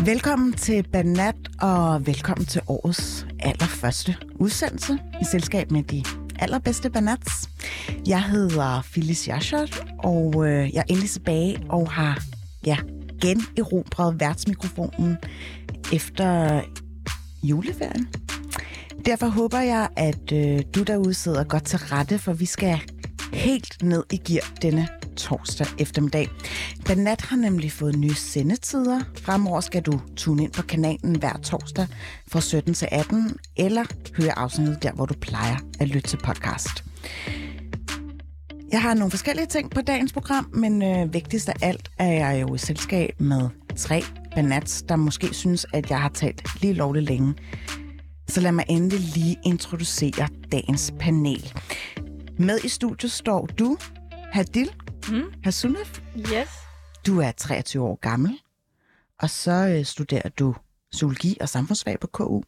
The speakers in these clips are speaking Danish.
Velkommen til Banat, og velkommen til årets allerførste udsendelse i selskab med de allerbedste Banats. Jeg hedder Phyllis Jaschert, og jeg er endelig tilbage og har generobret værtsmikrofonen efter juleferien. Derfor håber jeg, at du derude sidder godt til rette, for vi skal helt ned i gear denne torsdag eftermiddag. Banat har nemlig fået nye sendetider. Fremover skal du tune ind på kanalen hver torsdag fra 17 til 18, eller høre afsnittet der, hvor du plejer at lytte til podcast. Jeg har nogle forskellige ting på dagens program, men vigtigst af alt er jeg jo i selskab med 3 Banats, der måske synes, at jeg har talt lige lovligt længe. Så lad mig endelig lige introducere dagens panel. Med i studiet står du, Hadil Hassunef. Yes. Du er 23 år gammel, og så studerer du zoologi og samfundsfag på KU.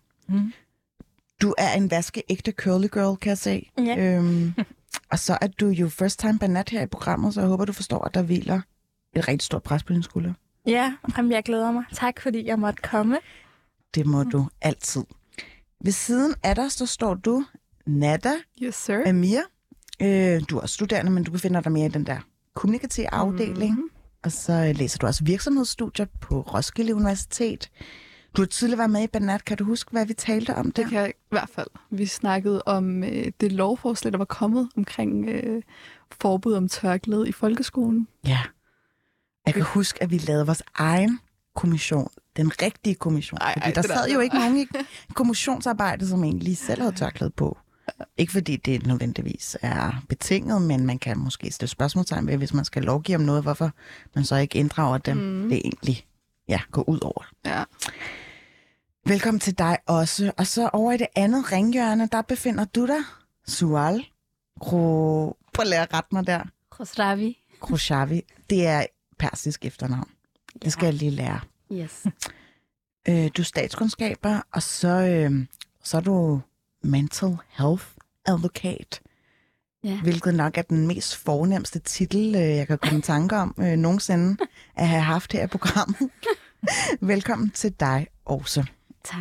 Du er en vaskeægte curly girl, kan jeg se. Ja. Og så er du jo first time Banat her i programmet, så jeg håber, du forstår, at der hviler et rigtig stort pres på dine skuldre. Ja, jeg glæder mig. Tak, fordi jeg måtte komme. Det må du altid. Ved siden af dig, så står du, Nada. Yes, sir. Amir. Du er også studerende, men du befinder dig mere i den der kommunikative afdeling. Og så læser du også virksomhedsstudier på Roskilde Universitet. Du har tidligere været med i Banat. Kan du huske, hvad vi talte om der? Det kan jeg i hvert fald. Vi snakkede om det lovforslag, der var kommet omkring forbud om tørklæde i folkeskolen. Ja. Jeg kan huske, at vi lavede vores egen kommission. Den rigtige kommission. Fordi der sad jo ikke nogen i kommissionsarbejde, som egentlig selv havde tørklæde på. Ikke fordi det nødvendigvis er betinget, men man kan måske stille spørgsmålstegn ved, hvis man skal lovgive om noget, hvorfor man så ikke inddrager dem. Det egentlig går ud over. Ja. Velkommen til dig også. Og så over i det andet ringhjørne, der befinder du dig, Sual. Prøv at lære at rette mig der. Khosravi. Khosravi. Det er persisk efternavn. Det skal jeg lige lære. Yes. Du er statskundskaber, og så er du mental health advocate. Ja. Hvilket nok er den mest fornemste titel, jeg kan komme i tanke om nogensinde at have haft her i programmet. Velkommen til dig også. Tak.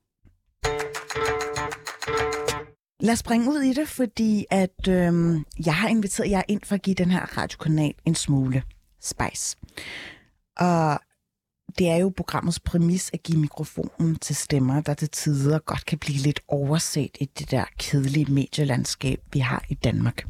Lad os springe ud i det, fordi at jeg har inviteret jer ind for at give den her radiokanal en smule spice. Og det er jo programmets præmis at give mikrofonen til stemmer, der til tider godt kan blive lidt overset i det der kedelige medielandskab, vi har i Danmark.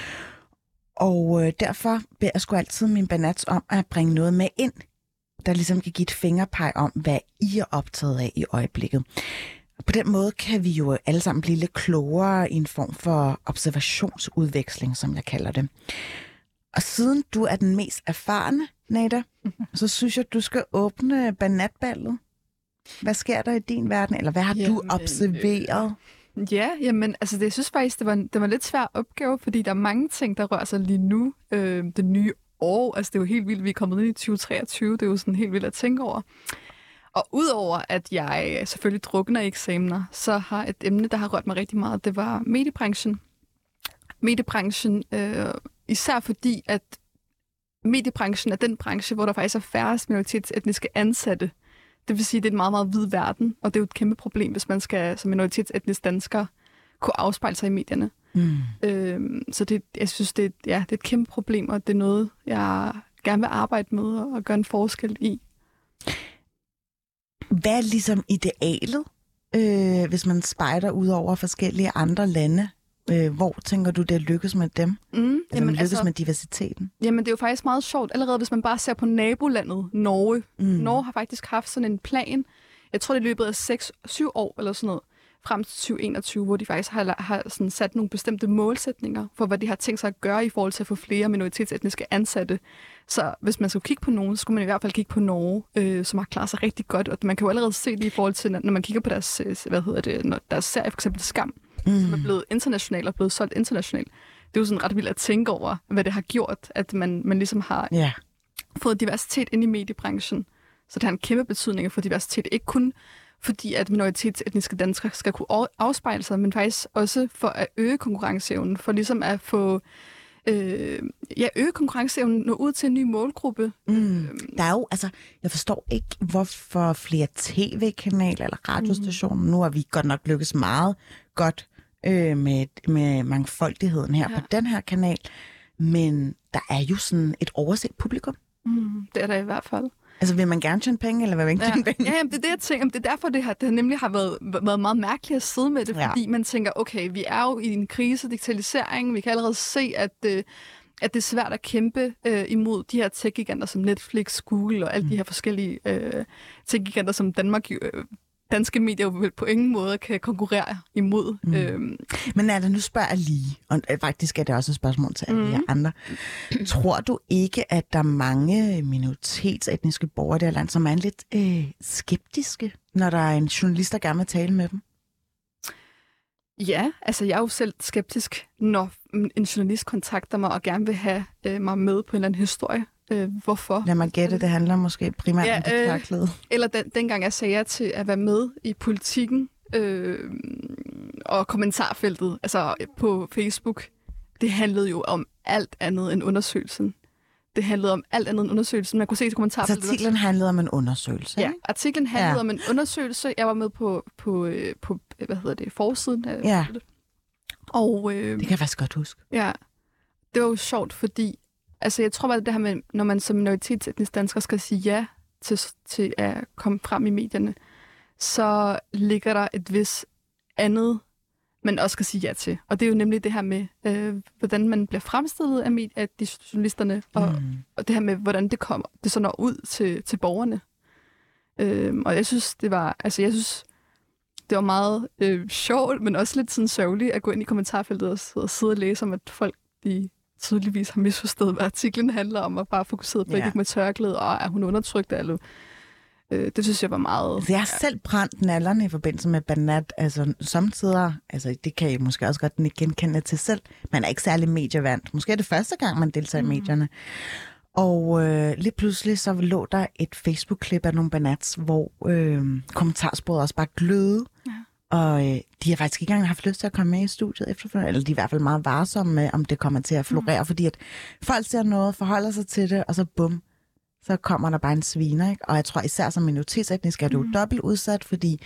Og derfor beder jeg sgu altid min Banats om at bringe noget med ind, der ligesom kan give et fingerpeg om, hvad I er optaget af i øjeblikket. På den måde kan vi jo alle sammen blive lidt klogere i en form for observationsudveksling, som jeg kalder det. Og siden du er den mest erfarne, Nada, så synes jeg, du skal åbne Banatballet. Hvad sker der i din verden, eller hvad har du observeret? Altså jeg synes faktisk, det var en lidt svær opgave, fordi der er mange ting, der rører sig lige nu. Det nye år, altså det er jo helt vildt, vi er kommet ind i 2023, det er jo sådan helt vildt at tænke over. Og udover at jeg selvfølgelig drukner i eksamener, så har et emne, der har rørt mig rigtig meget, det var mediebranchen. Medierbranchen, især fordi, at mediebranchen er den branche, hvor der faktisk er færrest minoritetsetniske ansatte. Det vil sige, at det er en meget, meget vid verden, og det er jo et kæmpe problem, hvis man skal som minoritetsetnisk dansker kunne afspejle sig i medierne. Så jeg synes, det er et kæmpe problem, og det er noget, jeg gerne vil arbejde med og gøre en forskel i. Hvad er ligesom idealet, hvis man spejder ud over forskellige andre lande? Hvor tænker du, det lykkes med dem? Lykkes med diversiteten? Jamen, det er jo faktisk meget sjovt. Allerede hvis man bare ser på nabolandet Norge. Norge har faktisk haft sådan en plan, jeg tror det er løbet af 6-7 år eller sådan noget, frem til 2021, hvor de faktisk har sådan sat nogle bestemte målsætninger for, hvad de har tænkt sig at gøre i forhold til at få flere minoritetsetniske ansatte. Så hvis man skulle kigge på nogen, så skulle man i hvert fald kigge på Norge, som har klaret sig rigtig godt. Og man kan jo allerede se det i forhold til, når man kigger på deres, når deres serie, for eksempel Skam, som er blevet international og blevet solgt internationalt. Det er jo sådan ret vildt at tænke over, hvad det har gjort, at man ligesom har fået diversitet ind i mediebranchen. Så det har en kæmpe betydning for diversitet. Ikke kun fordi, at minoritetsetniske danskere skal kunne afspejle sig, men faktisk også for at øge konkurrenceevnen, for ligesom at få øge konkurrenceevnen, nå ud til en ny målgruppe. Der er jo, altså, jeg forstår ikke, hvorfor flere tv-kanaler eller radiostationer, nu har vi godt nok lykkes meget godt med mangfoldigheden her på den her kanal, men der er jo sådan et overset publikum. Det er der i hvert fald. Altså, vil man gerne tjene penge, eller vil man ikke tjene penge? Ja, det er det, jeg tænker. Det er derfor, det nemlig har været meget mærkeligt at sidde med det, fordi man tænker, okay, vi er jo i en krise, digitalisering, vi kan allerede se, at det er svært at kæmpe imod de her tech-giganter som Netflix, Google og alle de her forskellige tech-giganter, som danske medier jo på ingen måde kan konkurrere imod. Men Anna, nu spørger jeg lige, og faktisk er det også et spørgsmål til alle jer andre. Tror du ikke, at der er mange minoritetsetniske borgere i det her land, som er lidt skeptiske, når der er en journalist, der gerne vil tale med dem? Ja, altså jeg er jo selv skeptisk, når en journalist kontakter mig og gerne vil have mig med på en eller anden historie. Hvorfor? Lad mig gætte, det handler måske primært om det tørklæde. Eller dengang jeg sagde ja til at være med i Politikken og kommentarfeltet, altså på Facebook, det handlede jo om alt andet end undersøgelsen. Det handlede om alt andet end undersøgelsen. Man kunne se til kommentarfeltet. Så artiklen handlede om en undersøgelse? Ja, artiklen handlede om en undersøgelse. Jeg var med på forsiden af det. Og, det kan jeg faktisk godt huske. Ja, det var jo sjovt, fordi altså, jeg tror bare, det her med, når man som minoritetsetnisk dansker skal sige ja til at komme frem i medierne, så ligger der et vis andet, man også skal sige ja til. Og det er jo nemlig det her med, hvordan man bliver fremstillet af de journalisterne, og det her med, hvordan det så når ud til borgerne. Og jeg synes, det var meget sjovt, men også lidt sådan sørgeligt at gå ind i kommentarfeltet og sidde og læse om, at folk, de tydeligvis har misforstået, hvad artiklen handler om, og bare fokuseret på, at ikke med tørklæde, og er hun undertrykt, eller det synes jeg var meget... Jeg har selv brændt nallerne i forbindelse med Banat, altså samtidig, altså det kan I måske også godt genkende til selv, man er ikke særlig medievandt. Måske er det første gang, man deltager i medierne. Og lige pludselig så lå der et Facebook-klip af nogle Banats, hvor kommentarsporet også bare glødede. Ja. Og de har faktisk ikke engang haft lyst til at komme med i studiet efterfølgende, eller de er i hvert fald meget varsomme med, om det kommer til at florere, fordi at folk ser noget, forholder sig til det, og så bum, så kommer der bare en sviner, ikke? Og jeg tror især som minoritetsetnisk er du dobbelt udsat, fordi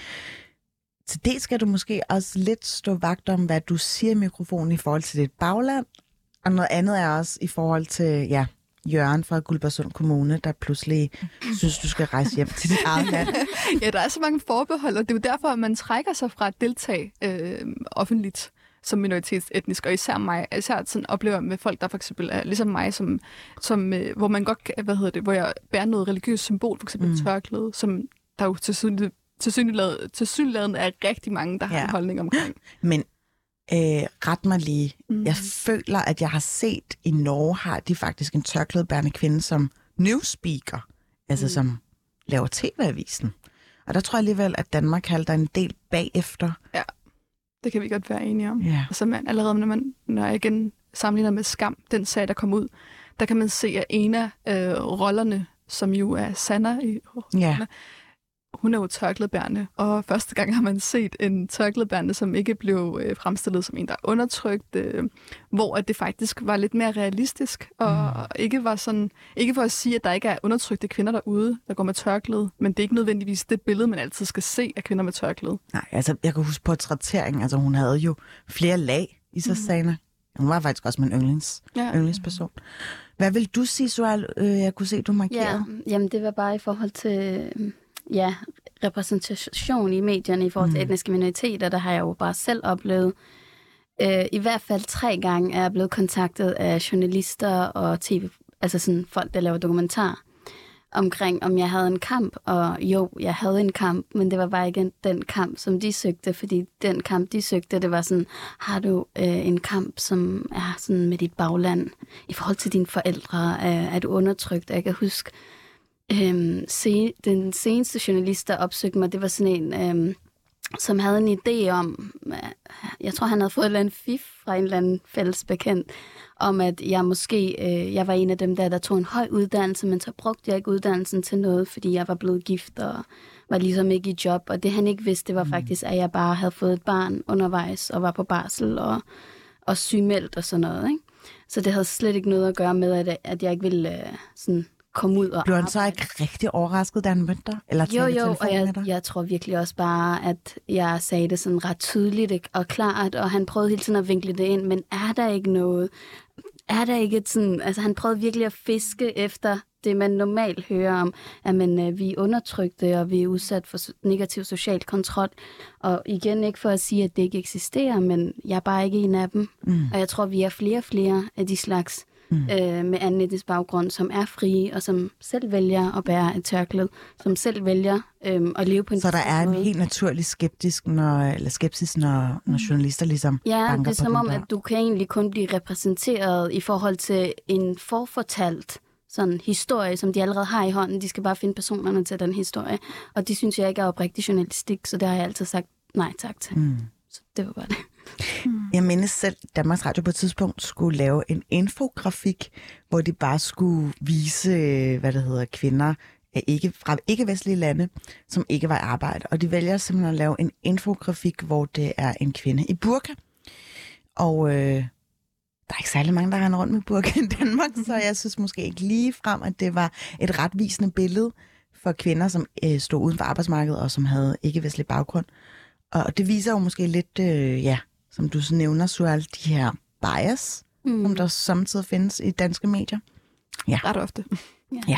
til det skal du måske også lidt stå vagt om, hvad du siger i mikrofonen i forhold til dit bagland, og noget andet er også i forhold til, Jørgen fra Guldborgsund Kommune, der pludselig synes, du skal rejse hjem til dit eget land. Ja, der er så mange forbehold, og det er jo derfor, at man trækker sig fra at deltage offentligt som minoritetsetnisk, og især mig. Især sådan oplever med folk, der for eksempel er ligesom mig, som hvor man godt, hvor jeg bærer noget religiøst symbol, for eksempel tørklæde, som der jo tilsyneladende er rigtig mange, der har en holdning omkring. Men ret mig lige. Jeg føler, at jeg har set i Norge, har de faktisk en tørklædebærende kvinde som newspeaker, altså som laver TV-avisen. Og der tror jeg alligevel, at Danmark halter en del bagefter. Ja, det kan vi godt være enige om. Ja. Altså allerede, når jeg igen sammenligner med Skam, den sag, der kom ud, der kan man se, at en af rollerne, som jo er Sanna i hun er jo tørklædebærende, og første gang har man set en tørklædebærende, som ikke blev fremstillet som en, der er undertrykt, hvor at det faktisk var lidt mere realistisk, og ikke var sådan, ikke for at sige, at der ikke er undertrykte kvinder derude, der går med tørklæde, men det er ikke nødvendigvis det billede, man altid skal se af kvinder med tørklæde. Nej, altså jeg kan huske portrættering, altså hun havde jo flere lag i sig, Sanna. Hun var faktisk også min yndlingsperson. Hvad vil du sige, Sual? Jeg kunne se, du markerede. Ja, jamen det var bare i forhold til... repræsentation i medierne i forhold til etniske minoriteter, der har jeg jo bare selv oplevet. I hvert fald 3 gange er jeg blevet kontaktet af journalister og tv, altså sådan folk, der laver dokumentar, omkring om jeg havde en kamp, og jo, jeg havde en kamp, men det var bare ikke den kamp, som de søgte, fordi den kamp, de søgte, det var sådan, har du en kamp, som er sådan med dit bagland, i forhold til dine forældre, er du undertrykt? Jeg kan huske, den seneste journalist, der opsøgte mig, det var sådan en, som havde en idé om, jeg tror, han havde fået et eller andet fif fra en eller anden fælles bekendt, om at jeg jeg var en af dem der tog en høj uddannelse, men så brugte jeg ikke uddannelsen til noget, fordi jeg var blevet gift og var ligesom ikke i job. Og det han ikke vidste, det var faktisk, at jeg bare havde fået et barn undervejs og var på barsel og sygemeldt og sådan noget, ikke? Så det havde slet ikke noget at gøre med, at jeg ikke ville sådan komme ud og Blev han så ikke rigtig overrasket, da han mødte dig? Eller Jo, og jeg tror virkelig også bare, at jeg sagde det sådan ret tydeligt og klart, og han prøvede hele tiden at vinkle det ind, men er der ikke noget? Er der ikke et sådan... Altså, han prøvede virkelig at fiske efter det, man normalt hører om, at vi er undertrykte, og vi er udsat for negativ social kontrol. Og igen, ikke for at sige, at det ikke eksisterer, men jeg er bare ikke en af dem. Og jeg tror, vi er flere og flere af de slags med anden etnisk baggrund, som er frie, og som selv vælger at bære et tørklæde, som selv vælger at leve på en Så der er en helt naturlig skepsis, når journalister ligesom banker på den. Ja, det er som om, at du kan egentlig kun blive repræsenteret i forhold til en forfortalt sådan historie, som de allerede har i hånden. De skal bare finde personerne til den historie. Og det synes jeg ikke er oprigtig journalistik, så det har jeg altid sagt nej tak til. Så det var bare det. Jeg mindes selv, Danmarks Radio på et tidspunkt skulle lave en infografik, hvor de bare skulle vise, kvinder fra ikke-vestlige lande, som ikke var i arbejde. Og de vælger simpelthen at lave en infografik, hvor det er en kvinde i burka. Og der er ikke særlig mange, der render rundt med burka i Danmark, så jeg synes måske ikke lige frem, at det var et retvisende billede for kvinder, som stod uden for arbejdsmarkedet og som havde ikke-vestlig baggrund. Og det viser jo måske lidt, som du så nævner, Sual, de her bias, som der samtidig findes i danske medier. Ja. Ret ofte. Ja.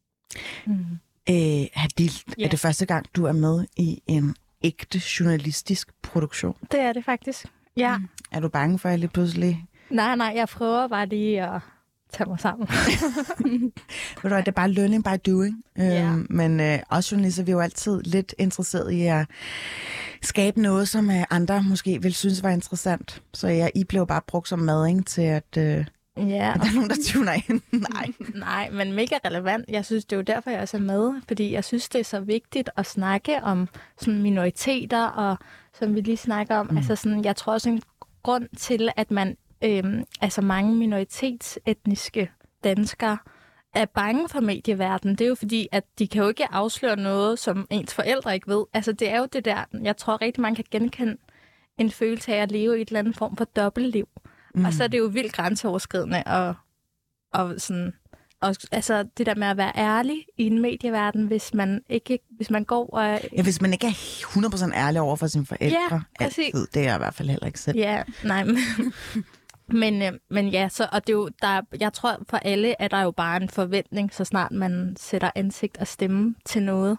Hadil, er det første gang, du er med i en ægte journalistisk produktion? Det er det faktisk, ja. Er du bange for, at jeg lige pludselig... Nej, jeg prøver bare lige at tage mig sammen. Ved du, det er bare learning by doing. Men også journalister, vi er jo altid lidt interesseret i at skabe noget, som andre måske vil synes var interessant. Så I blev bare brugt som mading til, at at der er nogen, der tuner ind. Nej, men mega relevant. Jeg synes, det er jo derfor, jeg også er med. Fordi jeg synes, det er så vigtigt at snakke om sådan minoriteter, og som vi lige snakker om. Altså sådan, jeg tror også en grund til, at man mange minoritetsetniske danskere er bange for medieverdenen. Det er jo fordi, at de kan jo ikke afsløre noget, som ens forældre ikke ved. Altså, det er jo det der, jeg tror rigtig mange kan genkende en følelse af at leve i et eller andet form for dobbeltliv. Og så er det jo vildt grænseoverskridende og sådan... Og altså det der med at være ærlig i en medieverden, hvis man går og... Ja, hvis man ikke er 100% ærlig over for sine forældre. Ja, altid. Det er jeg i hvert fald heller ikke selv. Ja, nej. Men ja, så, og det er jo, jeg tror for alle, at der er jo bare en forventning, så snart man sætter ansigt og stemme til noget.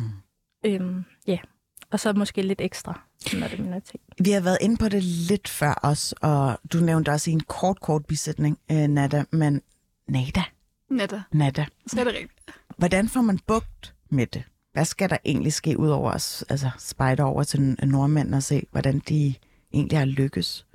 Og så måske lidt ekstra, når det er minoritet. Vi har været inde på det lidt før os, og du nævnte også i en kort bisætning, Nada, men Nada. Så er det rigtigt. Hvordan får man bugt med det? Hvad skal der egentlig ske ud over os? Altså spejder over til nordmænd og se, hvordan de egentlig har lykkes?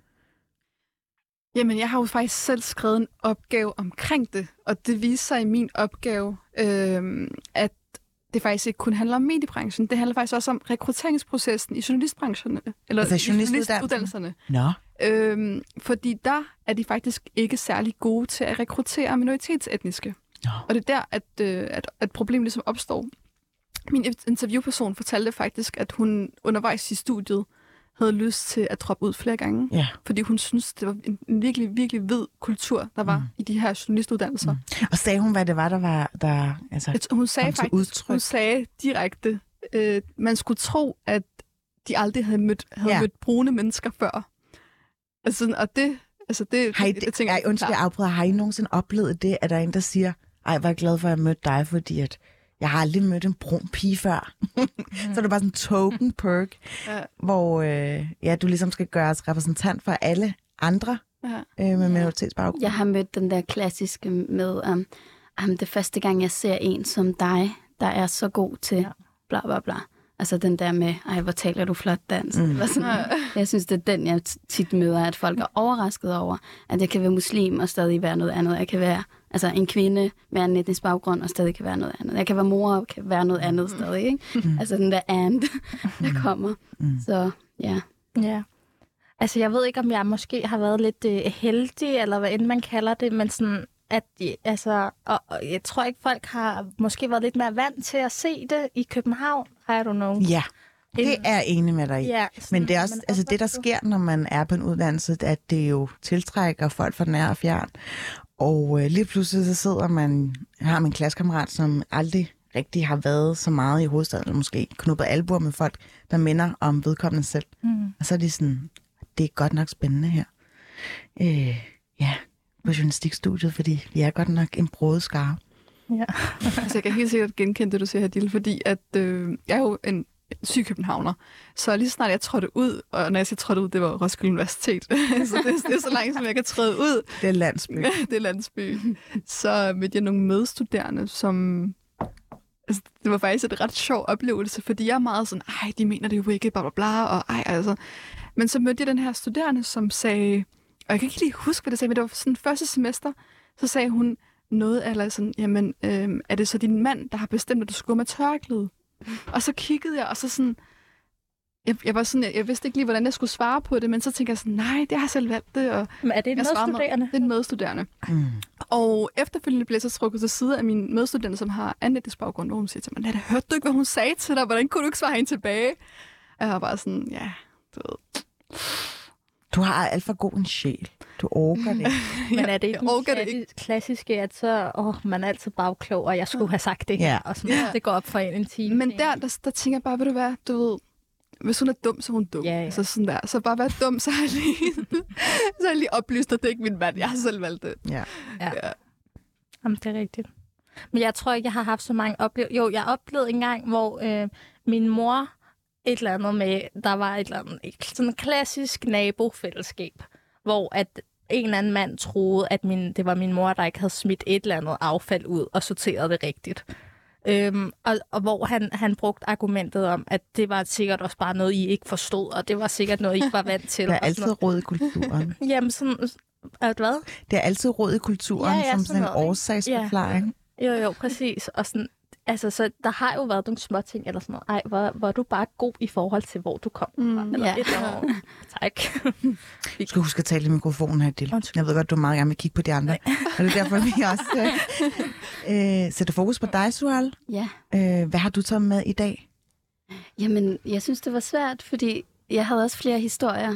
Jamen, jeg har jo faktisk selv skrevet en opgave omkring det, og det viser sig i min opgave, at det faktisk ikke kun handler om mediebranchen. Det handler faktisk også om rekrutteringsprocessen i journalistbranchen, eller altså journalistuddannelserne. Nå. Fordi der er de faktisk ikke særlig gode til at rekruttere minoritetsetniske. Nå. Og det er der, at problemet ligesom opstår. Min interviewperson fortalte faktisk, at hun undervejs i studiet havde lyst til at droppe ud flere gange. Fordi hun synes, det var en virkelig, virkelig hvid kultur, der var i de her journalistuddannelser. Og sagde hun, hvad det var, der hun sagde faktisk, hun sagde direkte, man skulle tro, at de aldrig havde mødt brune mennesker før. Altså, og det... Altså det, undskyld, jeg afbryder. Har I nogensinde oplevet det, at der er en, der siger, ej, hvor er jeg glad for, at jeg mødte dig, fordi at jeg har aldrig mødt en brun pige før. Så er det bare sådan en token perk, hvor du ligesom skal gøres repræsentant for alle andre med minoritetsbaggrund. Jeg har mødt den der klassiske med, det første gang, jeg ser en som dig, der er så god til bla bla bla. Altså den der med, ej, hvor taler du flot dansk. Jeg synes, det er den, jeg tit møder, at folk er overrasket over, at jeg kan være muslim og stadig være noget andet. Jeg kan være en kvinde med en etnisk baggrund og stadig kan være noget andet. Jeg kan være mor og kan være noget andet stadig, ikke? Altså den der der kommer. Så, ja. Ja. Altså, jeg ved ikke, om jeg måske har været lidt heldig, eller hvad end man kalder det, men sådan, at og jeg tror ikke, folk har måske været lidt mere vant til at se det i København, I don't know. Ja. Det er jeg enig med dig i. Ja, Men det er også altså det, der sker, når man er på en uddannelse, at det jo tiltrækker folk fra nær og fjern. Og lige pludselig så har man en klassekammerat, som aldrig rigtig har været så meget i hovedstaden, eller måske knuppet albuer med folk, der minder om vedkommende selv. Og så er de sådan, det er godt nok spændende her. På journalistikstudiet, fordi vi er godt nok en broget skare. Ja. Altså, jeg kan helt sikkert genkende det, du siger her, Dille, fordi at, jeg er jo en syg københavner. Så lige snart jeg trådte ud, og når jeg siger trådte ud, det var Roskilde Universitet. Så det er så langt, som jeg kan træde ud. Det er landsby. Det er landsby. Så mødte jeg nogle medstuderende, som... Altså, det var faktisk et ret sjov oplevelse, fordi jeg er meget sådan, de mener det jo ikke, bla bla bla, og altså. Men så mødte jeg den her studerende, som sagde, og jeg kan ikke lige huske, hvad det sagde, men det var sådan første semester, så sagde hun noget, eller sådan, jamen, er det så din mand, der har bestemt, at du skulle gå med tørklæde? Og så kiggede jeg, og så sådan, jeg var sådan, jeg vidste ikke lige, hvordan jeg skulle svare på det, men så tænkte jeg sådan, nej, det har jeg selv valgt det. Og men er det en medstuderende? Det er en medstuderende. Og efterfølgende blev jeg så trukket til side af min medstuderende, som har anden etnisk baggrund, hvor hun siger til mig, Nette, hørte du ikke, hvad hun sagde til dig? Hvordan kunne du ikke svare hende tilbage? Og jeg var bare sådan, ja, du ved. Du har alt for god en sjæl. Du orker det. Men er det ikke klassiske, at så man er altid bagklog, og jeg skulle have sagt det her, og sådan, det går op for en time. Men der tænker jeg bare, ved du hvad, du ved, hvis hun er dum, så er hun dum. Ja. Så sådan der. Så bare være dum, så har jeg lige oplyst, at det er ikke min mand. Jeg har selv valgt det. Ja. Jamen, det er rigtigt. Men jeg tror ikke, jeg har haft så mange oplevelser. Jo, jeg oplevede en gang, hvor min mor et eller andet med, der var et eller andet sådan klassisk nabofællesskab, hvor at en eller anden mand troede, at det var min mor, der ikke havde smidt et eller andet affald ud og sorteret det rigtigt. Og hvor han brugte argumentet om, at det var sikkert også bare noget, I ikke forstod, og det var sikkert noget, I ikke var vant til. Det er altid råd i kulturen. Jamen sådan, hvad? Det er altid råd i kulturen, som sådan en årsagsforklaring. Ja. Jo, præcis. Og sådan, altså, så der har jo været nogle små ting, eller sådan noget. Hvor er du bare god i forhold til, hvor du kom fra. Eller tak. Du skal huske at tale i mikrofonen her, Dille. Jeg ved godt, du meget gerne vil kigge på de andre. Og det er derfor, vi også sætter fokus på dig, Sual. Ja. Hvad har du taget med i dag? Jamen, jeg synes, det var svært, fordi jeg havde også flere historier.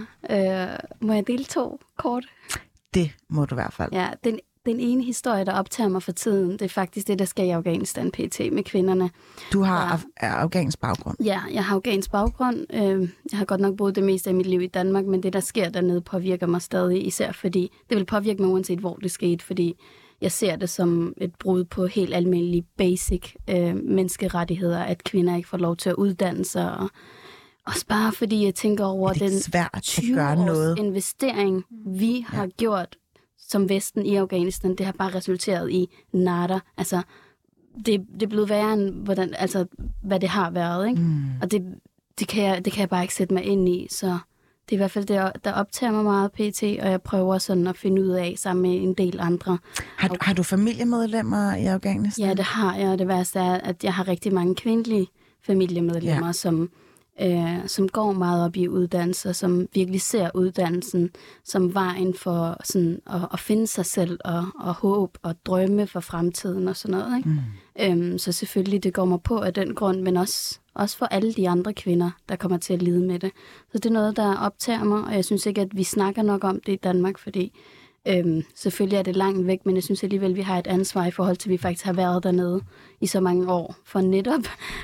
Må jeg dele 2 kort? Det må du i hvert fald. Ja, den ene historie, der optager mig for tiden, det er faktisk det, der sker i Afghanistan PT med kvinderne. Du har afghansk baggrund? Ja, jeg har afghansk baggrund. Jeg har godt nok boet det meste af mit liv i Danmark, men det, der sker dernede, påvirker mig stadig, især fordi det vil påvirke mig uanset, hvor det skete, fordi jeg ser det som et brud på helt almindelige basic menneskerettigheder, at kvinder ikke får lov til at uddanne sig, og også bare fordi jeg tænker over den 20-års investering, vi har gjort som Vesten i Afghanistan, det har bare resulteret i nada. Altså, det er blevet værre end, hvad det har været, ikke? Og det kan jeg bare ikke sætte mig ind i, så det er i hvert fald det, der optager mig meget PT, og jeg prøver sådan at finde ud af sammen med en del andre. Har du familiemedlemmer i Afghanistan? Ja, det har jeg, og det værste er, at jeg har rigtig mange kvindelige familiemedlemmer, som går meget op i uddannelser, som virkelig ser uddannelsen som vejen for sådan at finde sig selv og håb og drømme for fremtiden og sådan noget. Ikke? Så selvfølgelig, det går mig på af den grund, men også for alle de andre kvinder, der kommer til at lide med det. Så det er noget, der optager mig, og jeg synes ikke, at vi snakker nok om det i Danmark, fordi selvfølgelig er det langt væk, men jeg synes alligevel, at vi har et ansvar i forhold til, at vi faktisk har været dernede i så mange år, for netop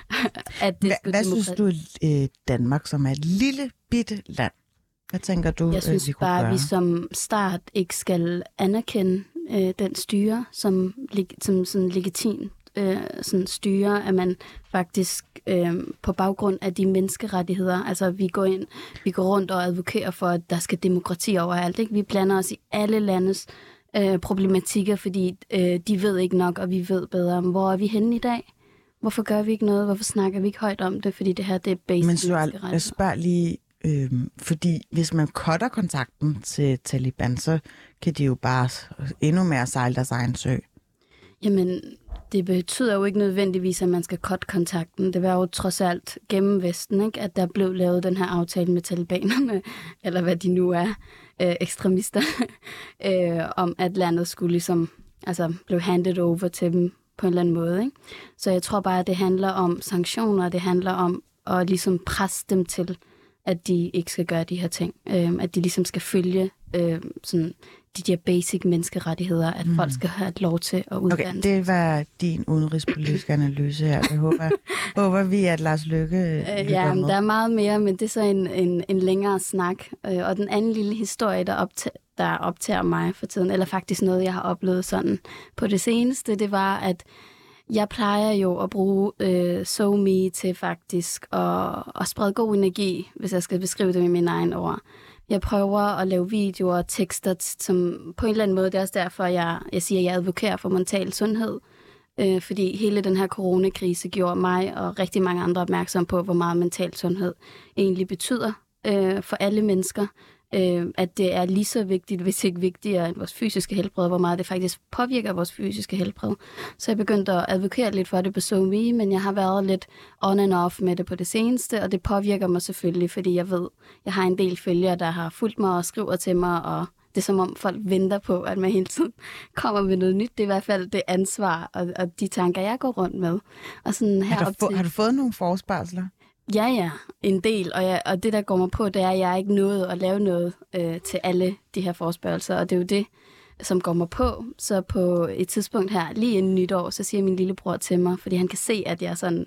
at det Hvad synes du, Danmark, som er et lille bitte land? Hvad tænker du, jeg synes vi kunne bare, gøre? at vi som start ikke skal anerkende den styre som sådan legitim sådan styre, at man faktisk på baggrund af de menneskerettigheder, altså vi går rundt og advokerer for, at der skal demokrati overalt. Ikke? Vi blander os i alle landes problematikker, fordi de ved ikke nok, og vi ved bedre. Hvor er vi henne i dag? Hvorfor gør vi ikke noget? Hvorfor snakker vi ikke højt om det? Fordi det her, det er basic menneskerettigheder. Men jeg spørger lige, fordi hvis man cutter kontakten til Taliban, så kan de jo bare endnu mere sejle deres egen sø. Jamen, det betyder jo ikke nødvendigvis, at man skal cutte kontakten. Det var jo trods alt gennem Vesten, ikke? At der blev lavet den her aftale med talibanerne, eller hvad de nu er, ekstremister, om at landet skulle ligesom, blev handed over til dem på en eller anden måde. Ikke? Så jeg tror bare, at det handler om sanktioner, det handler om og ligesom presse dem til, at de ikke skal gøre de her ting. At de ligesom skal følge sådan de der basic menneskerettigheder, at folk skal have lov til at uddanne. Okay, det var din udenrigspolitiske analyse her. Jeg håber vi, at Lars Løkke ja, der er meget mere, men det er så en længere snak. Og den anden lille historie, der optager mig for tiden, eller faktisk noget, jeg har oplevet sådan på det seneste, det var, at jeg plejer jo at bruge SoMe til faktisk at sprede god energi, hvis jeg skal beskrive det med mine egne ord. Jeg prøver at lave videoer og tekster, som på en eller anden måde, det er også derfor, jeg siger, at jeg advokerer for mental sundhed. Fordi hele den her coronakrise gjorde mig og rigtig mange andre opmærksom på, hvor meget mental sundhed egentlig betyder for alle mennesker. At det er lige så vigtigt, hvis ikke vigtigere end vores fysiske helbred, hvor meget det faktisk påvirker vores fysiske helbred. Så jeg begyndte at advokere lidt for det på SoMe, men jeg har været lidt on and off med det på det seneste, og det påvirker mig selvfølgelig, fordi jeg ved, jeg har en del følgere, der har fulgt mig og skriver til mig, og det er som om folk venter på, at man hele tiden kommer med noget nyt. Det er i hvert fald det ansvar og de tanker, jeg går rundt med. Og sådan her har du fået nogle forespørgsler? Ja, en del. Og det, der går mig på, det er, at jeg ikke nåede at lave noget til alle de her forespørgelser. Og det er jo det, som går mig på. Så på et tidspunkt her, lige inden nytår, så siger min lillebror til mig, fordi han kan se, at jeg sådan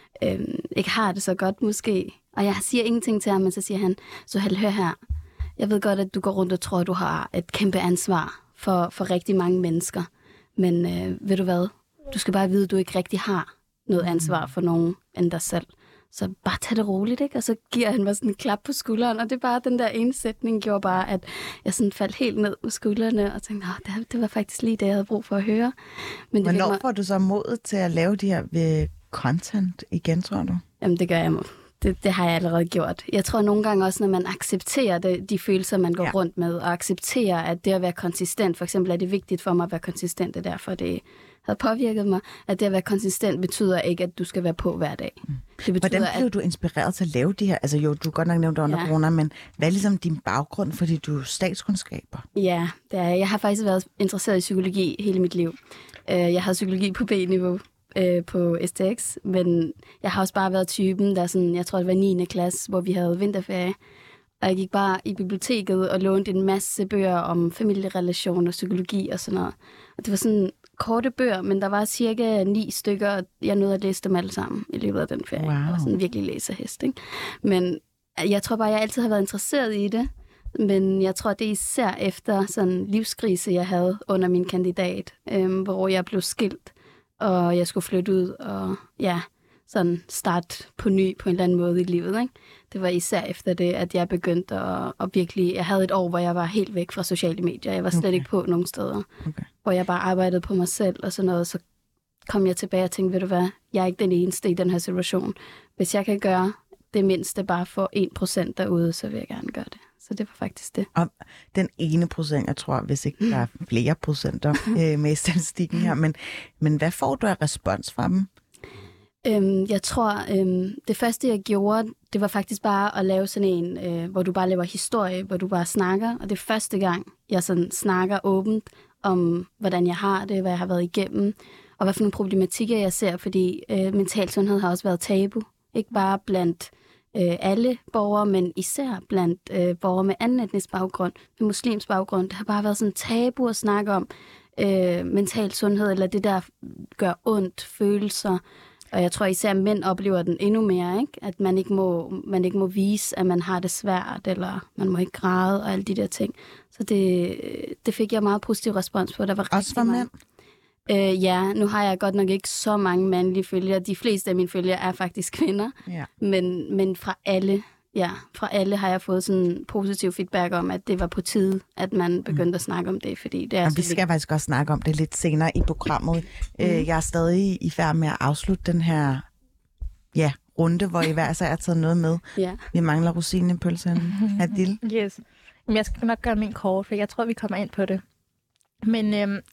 ikke har det så godt måske. Og jeg siger ingenting til ham, men så siger han, så hør her. Jeg ved godt, at du går rundt og tror, at du har et kæmpe ansvar for rigtig mange mennesker. Men ved du hvad? Du skal bare vide, at du ikke rigtig har noget ansvar for nogen end dig selv. Så bare tag det roligt, ikke? Og så giver han mig sådan en klap på skulderen, og det er bare den der ene sætning gjorde bare, at jeg sådan faldt helt ned på skuldrene, og tænkte, det var faktisk lige det, jeg havde brug for at høre. Men hvornår får du så modet til at lave de her content igen, tror du? Jamen, det gør jeg. Det har jeg allerede gjort. Jeg tror nogle gange også, når man accepterer de følelser, man går rundt med, og accepterer, at det at være konsistent, for eksempel er det vigtigt for mig at være konsistent, det er derfor, det havde påvirket mig, at det at være konsistent betyder ikke, at du skal være på hver dag. Det betyder, hvordan blev du inspireret til at lave de her? Altså jo, du godt nok nævnt under corona, men hvad er ligesom din baggrund, fordi du er statskundskaber? Ja, det er. Jeg har faktisk været interesseret i psykologi hele mit liv. Jeg havde psykologi på B-niveau på STX, men jeg har også bare været typen, der sådan, jeg tror det var 9. klasse, hvor vi havde vinterferie, og jeg gik bare i biblioteket og lånte en masse bøger om familierelationer, psykologi og sådan noget. Og det var sådan korte bøger, men der var cirka 9 stykker, og jeg nåede at læse dem alle sammen i løbet af den ferie. Wow. Jeg var sådan virkelig læserhest, ikke? Men jeg tror bare, jeg altid har været interesseret i det, men jeg tror, det er især efter sådan en livskrise, jeg havde under min kandidat, hvor jeg blev skilt, og jeg skulle flytte ud og sådan starte på ny på en eller anden måde i livet, ikke? Det var især efter det, at jeg begyndte at virkelig... Jeg havde et år, hvor jeg var helt væk fra sociale medier. Jeg var slet ikke på nogen steder. Okay. Hvor jeg bare arbejdede på mig selv og sådan noget. Så kom jeg tilbage og tænkte, ved du hvad, jeg er ikke den eneste i den her situation. Hvis jeg kan gøre det mindste bare for 1% derude, så vil jeg gerne gøre det. Så det var faktisk det. Og den 1%, jeg tror, hvis ikke der er flere procenter med statistikken her, men hvad får du af respons fra dem? Jeg tror, det første, jeg gjorde, det var faktisk bare at lave sådan en, hvor du bare laver historie, hvor du bare snakker. Og det er første gang, jeg sådan snakker åbent om, hvordan jeg har det, hvad jeg har været igennem, og hvad for nogle problematikker jeg ser, fordi mental sundhed har også været tabu. Ikke bare blandt alle borgere, men især blandt borgere med anden etnisk baggrund, med muslimsk baggrund. Det har bare været sådan tabu at snakke om mental sundhed, eller det der gør ondt, følelser. Og jeg tror især, at mænd oplever den endnu mere, ikke? At man ikke må vise, at man har det svært, eller man må ikke græde og alle de der ting. Så det fik jeg meget positiv respons på. Der var også for mænd? Ja, nu har jeg godt nok ikke så mange mandlige følgere. De fleste af mine følgere er faktisk kvinder. Ja. Men fra alle har jeg fået sådan positiv feedback om, at det var på tide, at man begyndte at snakke om det, fordi det er vi skal faktisk også snakke om det lidt senere i programmet. Jeg er stadig i færd med at afslutte den her runde, hvor I hver især har taget noget med. Ja. Vi mangler rosinen i pølsen. Adil? Yes. Jeg skal nok gøre min kort, for jeg tror, vi kommer ind på det. Men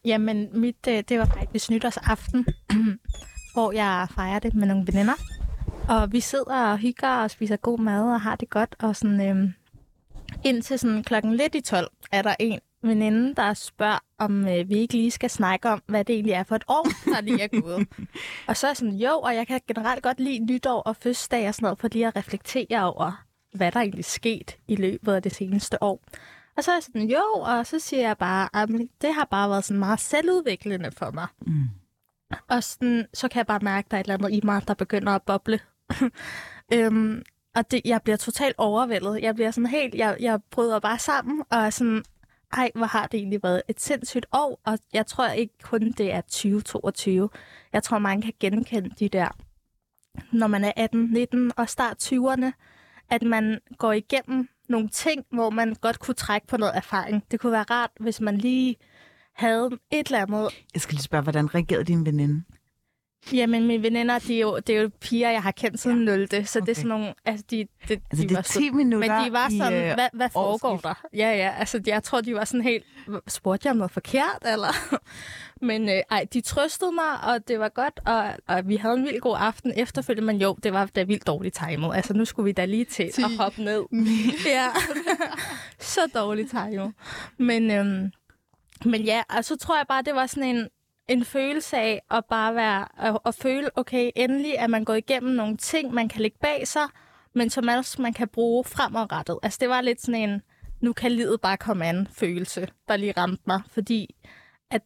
det var faktisk nytårsaften, hvor jeg fejrer det med nogle veninder. Og vi sidder og hygger og spiser god mad og har det godt. Og sådan, indtil sådan klokken lidt i 12 er der en veninde, der spørger, om vi ikke lige skal snakke om, hvad det egentlig er for et år, der lige er gået. Og så er jeg sådan, jo, og jeg kan generelt godt lide nytår og fødselsdag og sådan noget, for lige at reflektere over, hvad der egentlig er sket i løbet af det seneste år. Og så er jeg sådan, jo, og så siger jeg bare, at det har bare været sådan meget selvudviklende for mig. Og sådan, så kan jeg bare mærke, at der er et eller andet i mig, der begynder at boble. Og jeg bliver totalt overvældet. Jeg bliver sådan helt, jeg bryder bare sammen, og er sådan, ej, hvor har det egentlig været et sindssygt år, og jeg tror ikke kun, det er 2022. Jeg tror, mange kan genkende de der, når man er 18, 19 og start 20'erne, at man går igennem nogle ting, hvor man godt kunne trække på noget erfaring. Det kunne være rart, hvis man lige havde et eller andet. Jeg skal lige spørge, hvordan reagerede din veninde? Jamen, mine veninder, det er jo piger, jeg har kendt siden 0. Så okay. Det er sådan nogle... Altså, de det er 10 minutter. Men de var sådan, hvad foregår der? Ja, altså, jeg tror, de var sådan helt... Spurgte jeg om noget forkert, eller... Men de trøstede mig, og det var godt, og vi havde en vildt god aften efterfølgende, men jo, det var da vildt dårligt timet. Altså, nu skulle vi da lige til at hoppe ned. Ja, så dårligt timet. Men ja, og så tror jeg bare, det var sådan en følelse af at bare være, at føle, okay, endelig er man gået igennem nogle ting, man kan lægge bag sig, men som også man kan bruge fremadrettet. Altså det var lidt sådan en, nu kan livet bare komme an følelse, der lige ramte mig, fordi at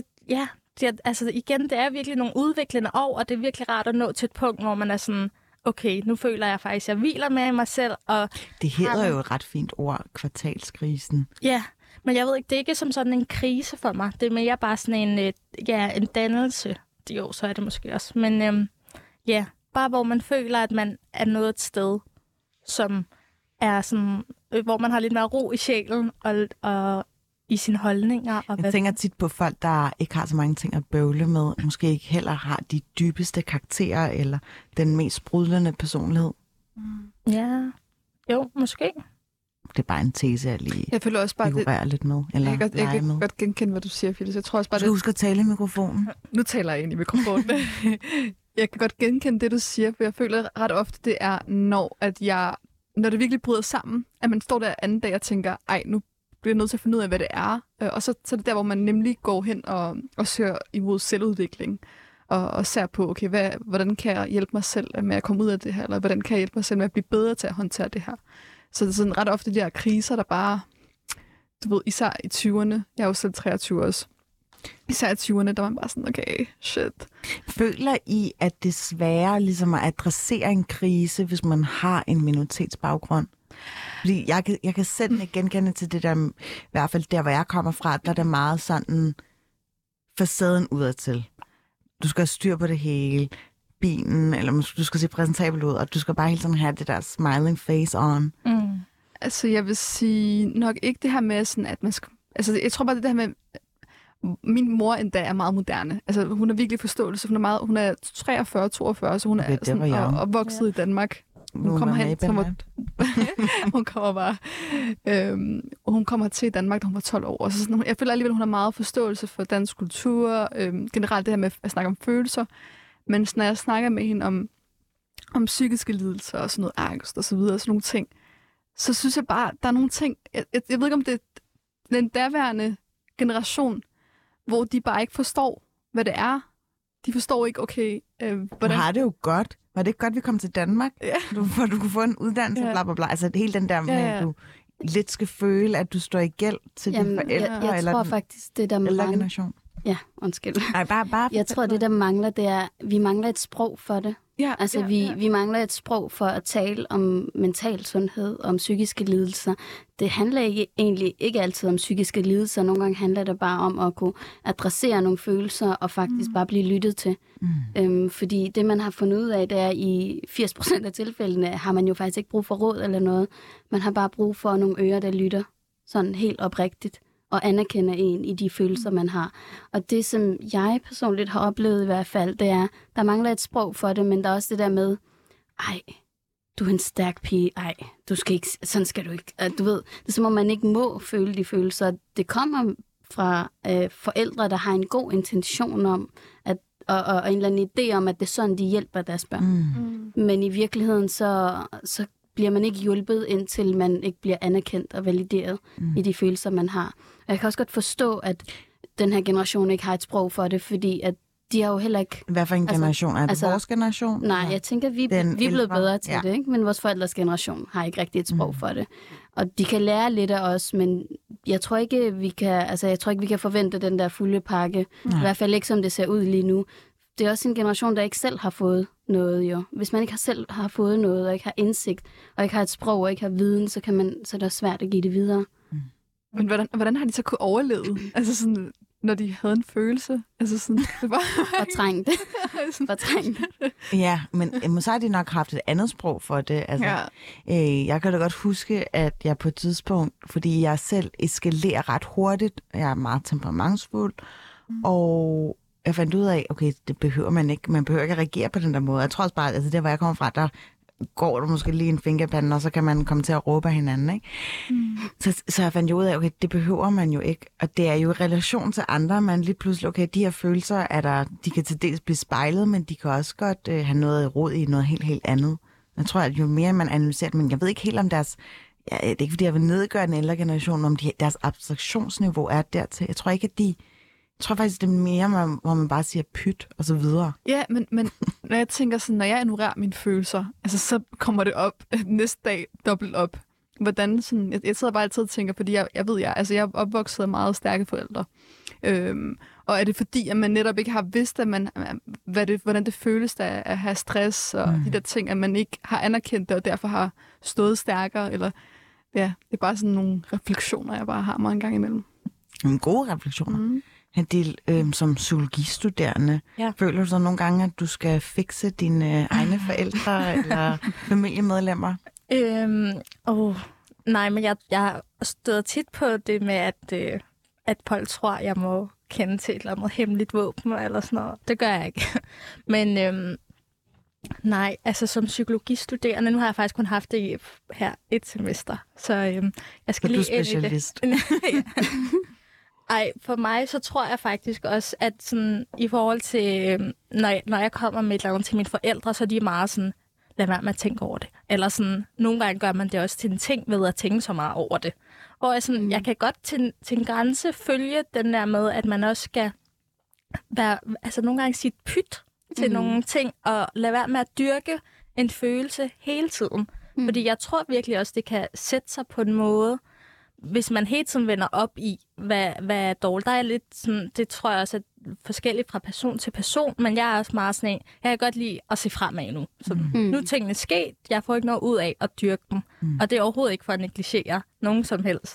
altså igen, det er virkelig nogle udviklende år, og det er virkelig rart at nå til et punkt, hvor man er sådan, okay, nu føler jeg faktisk, at jeg hviler med i mig selv. Og det hedder jo et ret fint ord, kvartalskrisen. Ja, men jeg ved ikke, det er ikke som sådan en krise for mig. Det er mere bare sådan en dannelse. Jo, så er det måske også. Men bare hvor man føler, at man er nået et sted, som er sådan, hvor man har lidt mere ro i sjælen og i sine holdninger. Og jeg tænker tit på folk, der ikke har så mange ting at bøvle med. Måske ikke heller har de dybeste karakterer eller den mest sprudlende personlighed. Ja, jo, måske. Det er bare en tese, jeg lige føler også bare, figurerer lidt med. Eller jeg kan godt genkende, hvad du siger, Phyllis. Jeg tror også bare, du skal huske at tale i mikrofonen. Nu taler jeg ind i mikrofonen. Jeg kan godt genkende det, du siger, for jeg føler ret ofte, det er, når det virkelig bryder sammen, at man står der anden dag og tænker, ej, nu bliver jeg nødt til at finde ud af, hvad det er. Og så er det der, hvor man nemlig går hen og søger imod selvudvikling. Og ser på, okay, hvordan kan jeg hjælpe mig selv med at komme ud af det her? Eller hvordan kan jeg hjælpe mig selv med at blive bedre til at håndtere det her? Så det er sådan ret ofte de her kriser, der bare, du ved, især i 20'erne, jeg er jo selv 23 også, især i 20'erne, der var man bare sådan, okay, shit. Føler I, at det er sværere ligesom at adressere en krise, hvis man har en minoritetsbaggrund? Fordi jeg kan selv ikke genkende til det der, i hvert fald der, hvor jeg kommer fra, der er det meget sådan facaden udadtil. Du skal have styr på det hele, bilen, eller du skal se præsentabel ud, og du skal bare hele tiden have det der smiling face on. Altså, jeg vil sige nok ikke det her med sådan, at man skal... Altså, jeg tror bare, det her med... Min mor endda er meget moderne. Altså, hun har virkelig forståelse. Hun er 43, 42, så hun er sådan, og vokset i Danmark. Hun kommer hen, hun kommer bare... hun kommer til Danmark, da hun var 12 år. Så sådan, jeg føler alligevel, hun har meget forståelse for dansk kultur. Generelt det her med at snakke om følelser. Men når jeg snakker med hende om psykiske lidelser og sådan noget angst og så videre, sådan nogle ting, så synes jeg bare, der er nogle ting, jeg ved ikke, om det er den daværende generation, hvor de bare ikke forstår, hvad det er. De forstår ikke, okay, hvordan... Du har det jo godt. Var det ikke godt, vi kom til Danmark? Ja. Hvor du kunne få en uddannelse, bla bla bla. Altså hele den der med, at du lidt skal føle, at du står i gæld til dine forældre. Jeg tror faktisk, det der eller generation. Ja, undskyld. Ej, bare jeg tror, det der mangler, det er, vi mangler et sprog for det. Ja, altså, vi mangler et sprog for at tale om mental sundhed, om psykiske lidelser. Det handler egentlig ikke altid om psykiske lidelser. Nogle gange handler det bare om at kunne adressere nogle følelser og faktisk bare blive lyttet til. Fordi det, man har fundet ud af, det er, i 80% af tilfældene har man jo faktisk ikke brug for råd eller noget. Man har bare brug for nogle ører, der lytter sådan helt oprigtigt og anerkender en i de følelser, man har. Og det, som jeg personligt har oplevet i hvert fald, det er, der mangler et sprog for det, men der er også det der med, ej, du er en stærk pige, ej, du skal ikke, sådan skal du ikke. Du ved, det er som om, man ikke må føle de følelser. Det kommer fra forældre, der har en god intention om, og en eller anden idé om, at det er sådan, de hjælper deres børn. Men i virkeligheden, så bliver man ikke hjulpet, indtil man ikke bliver anerkendt og valideret i de følelser, man har. Og Jeg kan også godt forstå, at den her generation ikke har et sprog for det, fordi at de har jo heller ikke... Hvad for en generation? Er det vores generation? Nej, jeg tænker, vi er blevet bedre til det, ikke? Men vores forældres generation har ikke rigtig et sprog for det. Og de kan lære lidt af os, men jeg tror ikke, vi kan forvente den der fulde pakke. Nej. I hvert fald ikke, som det ser ud lige nu. Det er også en generation, der ikke selv har fået noget, jo. Hvis man ikke selv har fået noget, og ikke har indsigt, og ikke har et sprog, og ikke har viden, så er det svært at give det videre. Men hvordan har de så kunne overleve? Altså sådan, når de havde en følelse? Altså sådan, det var... Fortrængt. Ja, men så har de nok haft et andet sprog for det. Altså, jeg kan da godt huske, at jeg på et tidspunkt, fordi jeg selv eskalerer ret hurtigt, jeg er meget temperamentsfuld, og jeg fandt ud af, okay, det behøver man ikke. Man behøver ikke at reagere på den der måde. Jeg tror også bare, altså der, hvor jeg kommer fra, der går der måske lige en fingerpande, og så kan man komme til at råbe af hinanden, ikke? Så jeg fandt jo ud af, okay, det behøver man jo ikke. Og det er jo i relation til andre, man lige pludselig, okay, de her følelser, de kan til dels blive spejlet, men de kan også godt have noget rod i noget helt, helt andet. Jeg tror, at jo mere man analyserer, men jeg ved ikke helt om deres... Ja, det er ikke, fordi jeg vil nedgøre den ældre generation, om deres abstraktionsniveau er dertil. Jeg tror ikke, at jeg tror faktisk, det er mere, hvor man bare siger pyt og så videre. Ja, men når jeg tænker sådan, når jeg ignorerer mine følelser, altså så kommer det op næste dag dobbelt op. Hvordan sådan, jeg sidder bare altid og tænker, fordi jeg er opvokset af meget stærke forældre. Og er det fordi, at man netop ikke har vidst, at hvordan det føles at have stress og de der ting, at man ikke har anerkendt det, og derfor har stået stærkere, eller ja, det er bare sådan nogle refleksioner, jeg bare har mange gange imellem. Nogle gode refleksioner. Som psykologistuderende, føler du så nogle gange, at du skal fikse dine egne forældre eller familiemedlemmer? Nej, men jeg støder tit på det med, at folk tror, jeg må kende til et eller andet hemmeligt våben eller sådan noget. Det gør jeg ikke. Men nej, altså som psykologistuderende, nu har jeg faktisk kun haft det her et semester, så jeg skal lige ind i det. Du er specialist. Ej, for mig så tror jeg faktisk også, at sådan, i forhold til, når jeg kommer med et eller andet til mine forældre, så er de meget sådan, lad være med at tænke over det. Eller sådan, nogle gange gør man det også til en ting ved at tænke så meget over det. Og jeg kan godt til en grænse følge den der med, at man også skal være, altså nogle gange sige pyt til nogle ting, og lade være med at dyrke en følelse hele tiden. Fordi jeg tror virkelig også, det kan sætte sig på en måde, hvis man hele tiden vender op i, hvad er dårligt. Der er lidt sådan, det tror jeg også er forskelligt fra person til person, men jeg er også meget sådan en, jeg kan godt lide at se fremad nu. Så nu er tingene sket, jeg får ikke noget ud af at dyrke dem. Og det er overhovedet ikke for at negligere nogen som helst.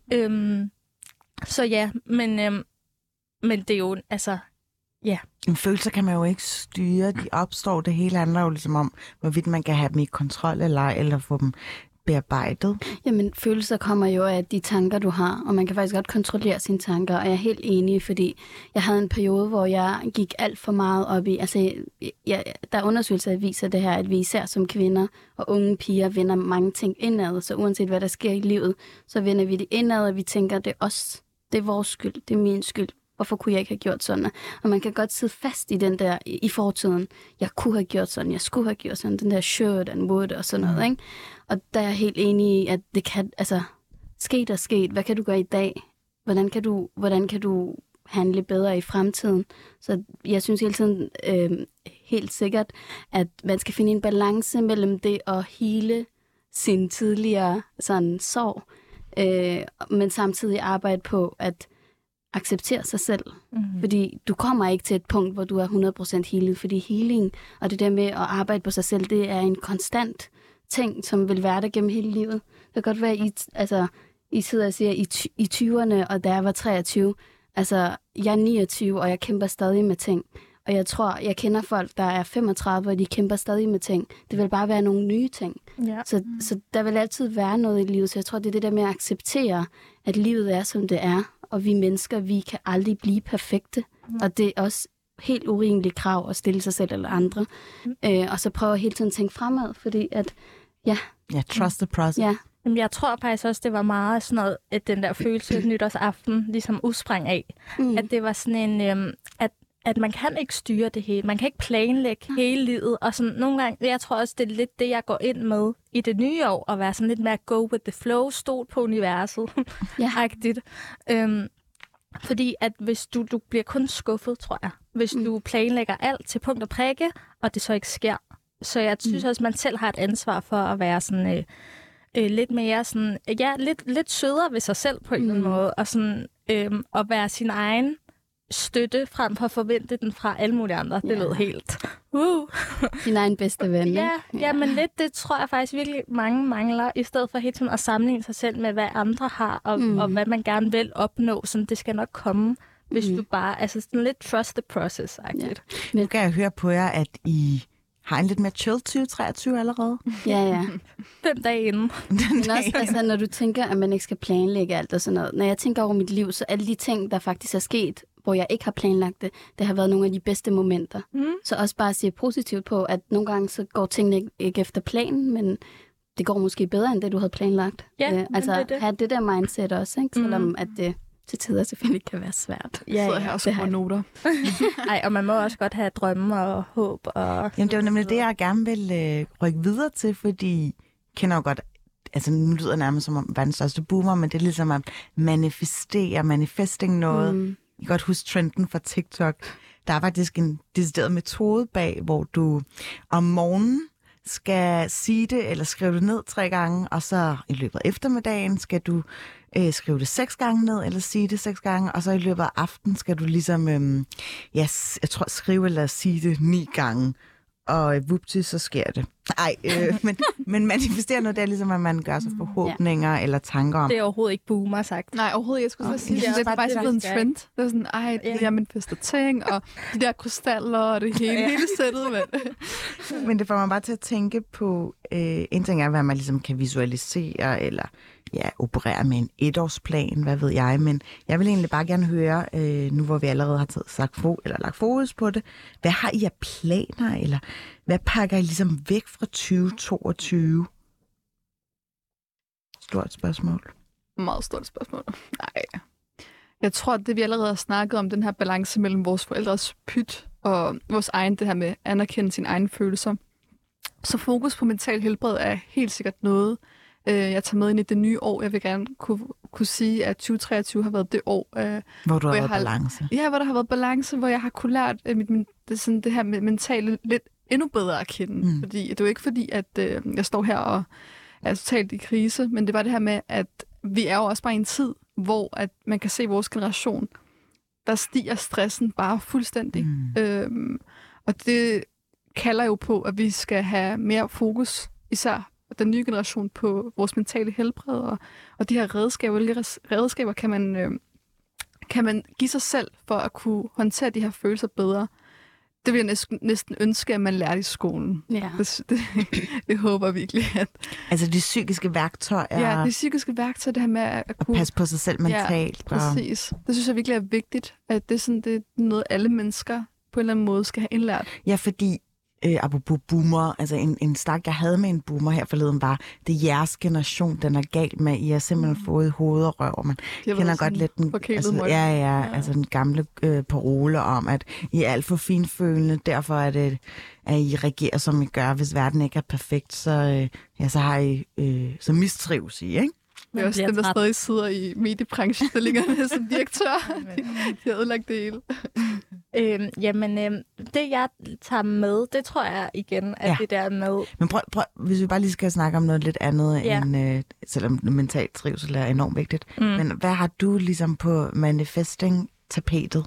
Så ja, men det er jo, altså, ja. En følelse kan man jo ikke styre, de opstår, det hele handler jo ligesom om, hvorvidt man kan have dem i kontrol eller få dem bearbejdet. Jamen, følelser kommer jo af de tanker, du har, og man kan faktisk godt kontrollere sine tanker, og jeg er helt enig, fordi jeg havde en periode, hvor jeg gik alt for meget op i, altså, der er undersøgelser, der viser det her, at vi især som kvinder og unge piger vender mange ting indad, så uanset hvad der sker i livet, så vender vi det indad, og vi tænker, det er os, det er vores skyld, det er min skyld. Hvorfor kunne jeg ikke have gjort sådan? Og man kan godt sidde fast i den der, i fortiden. Jeg kunne have gjort sådan, jeg skulle have gjort sådan, den der should and would og sådan noget, ikke? Og der er jeg helt enig i, at det kan, altså, sket og sket. Hvad kan du gøre i dag? Hvordan kan du handle bedre i fremtiden? Så jeg synes hele tiden, helt sikkert, at man skal finde en balance mellem det at hele sin tidligere sådan sorg, men samtidig arbejde på at acceptere sig selv. Fordi du kommer ikke til et punkt, hvor du er 100% healet, fordi healing og det der med at arbejde på sig selv, det er en konstant ting, som vil være der gennem hele livet. Det kan godt være, I sidder og siger, i 20'erne, og da jeg var 23, altså, jeg er 29, og jeg kæmper stadig med ting. Og jeg tror, jeg kender folk, der er 35, og de kæmper stadig med ting. Det vil bare være nogle nye ting. Ja. Så der vil altid være noget i livet, så jeg tror, det er det der med at acceptere, at livet er, som det er, og vi mennesker, vi kan aldrig blive perfekte. Og det er også helt urimeligt krav at stille sig selv eller andre. Og så prøve hele tiden at tænke fremad, fordi at, trust the process. Ja. Jeg tror faktisk også, det var meget sådan noget, at den der følelse nytårsaften ligesom udsprang af. At det var sådan en, at man kan ikke styre det hele. Man kan ikke planlægge hele livet. Og sådan, nogle gange, jeg tror også, det er lidt det, jeg går ind med i det nye år, at være sådan lidt mere go with the flow, stol på universet. Agtigt. Fordi at hvis du bliver kun skuffet, tror jeg, hvis du planlægger alt til punkt og prikke, og det så ikke sker. Så jeg synes også, man selv har et ansvar for at være sådan lidt mere sådan, lidt sødere ved sig selv på en eller anden måde, og sådan at være sin egen støtte frem for at forvente den fra alle mulige andre. Det lød helt... Din egen bedste ven. Ja, men lidt, det tror jeg faktisk virkelig mange mangler, i stedet for hele tiden at sammenligne sig selv med, hvad andre har, og hvad man gerne vil opnå. Sådan, det skal nok komme, hvis du bare... Altså sådan lidt trust the process-agtigt. Nu kan jeg høre på jer, at I har en lidt mere chill 2023 allerede. Ja. Den dag inden. Men også, altså, når du tænker, at man ikke skal planlægge alt og sådan noget. Når jeg tænker over mit liv, så alle de ting, der faktisk er sket, hvor jeg ikke har planlagt det, det har været nogle af de bedste momenter. Så også bare at se positivt på, at nogle gange så går tingene ikke efter planen, men det går måske bedre, end det, du havde planlagt. Altså have det der mindset også, ikke? Selvom at det til tider selvfølgelig kan være svært. Jeg sidder her og skriver noter. Ej, og man må også godt have drømme og håb. Og Jamen, det er jo nemlig det, jeg gerne vil rykke videre til, fordi jeg kender jo godt, altså nu lyder det nærmest som om verdens største boomer, men det er ligesom at manifesting noget. Jeg kan godt huske trenden fra TikTok. Der er faktisk en decideret metode bag, hvor du om morgenen skal sige det eller skrive det ned 3 gange, og så i løbet af eftermiddagen skal du skrive det 6 gange ned, eller sige det 6 gange, og så i løbet af aftenen skal du ligesom, jeg tror skrive eller sige det 9 gange, og vupti, så sker det. Men manifestere noget, det er ligesom, at man gør sig forhåbninger eller tanker om. Det er overhovedet ikke boomer sagt. Nej, overhovedet. Jeg skulle sige, det er faktisk blevet en trend. Det er sådan, jeg manifester ting, og de der krystaller og det hele sættet. Men det får mig bare til at tænke på, en ting er, hvad man ligesom kan visualisere, eller operere med en 1-årsplan, hvad ved jeg, men jeg vil egentlig bare gerne høre, nu hvor vi allerede har lagt fokus på det, hvad har I af planer, eller hvad pakker I ligesom væk fra 2022? Stort spørgsmål. Meget stort spørgsmål. Nej. Jeg tror, at det vi allerede har snakket om, den her balance mellem vores forældres pyt og vores egen, det her med at anerkende sine egne følelser. Så fokus på mental helbred er helt sikkert noget, jeg tager med ind i det nye år. Jeg vil gerne kunne sige, at 2023 har været det år, hvor du har været balance. Ja, hvor der har været balance, hvor jeg har kunnet lært det her med mentale lidt endnu bedre at kende. Fordi det er jo ikke fordi, at jeg står her og er totalt i krise, men det var det her med, at vi er jo også bare i en tid, hvor at man kan se vores generation, der stiger stressen bare fuldstændig. Og det kalder jo på, at vi skal have mere fokus, især den nye generation, på vores mentale helbred og de her redskaber. Hvilke redskaber kan man give sig selv for at kunne håndtere de her følelser bedre? Det vil jeg næsten ønske, at man lærte i skolen. Ja. Det håber jeg virkelig. Altså de psykiske værktøjer. Ja, de psykiske værktøjer, det her med at kunne... passe på sig selv mentalt. Ja, præcis. Det synes jeg virkelig er vigtigt, at det er noget, alle mennesker på en eller anden måde skal have indlært. Ja, fordi apropos boomer, altså en snak, jeg havde med en boomer her forleden, var, det er jeres generation, den er galt med. I har simpelthen fået hoved og røv, og man kender godt lidt den, altså den gamle parole om, at I er alt for finfølende, derfor er det, at I reagerer, som I gør. Hvis verden ikke er perfekt, så har I, så mistrives I, ikke? Det er også dem, der stadig sidder i mediebranchestillingerne som direktør. De har ødelagt det hele. Det jeg tager med, det tror jeg igen, at det der med... Men prøv, hvis vi bare lige skal snakke om noget lidt andet, end, selvom mental trivsel er enormt vigtigt. Men hvad har du ligesom på manifesting-tapetet?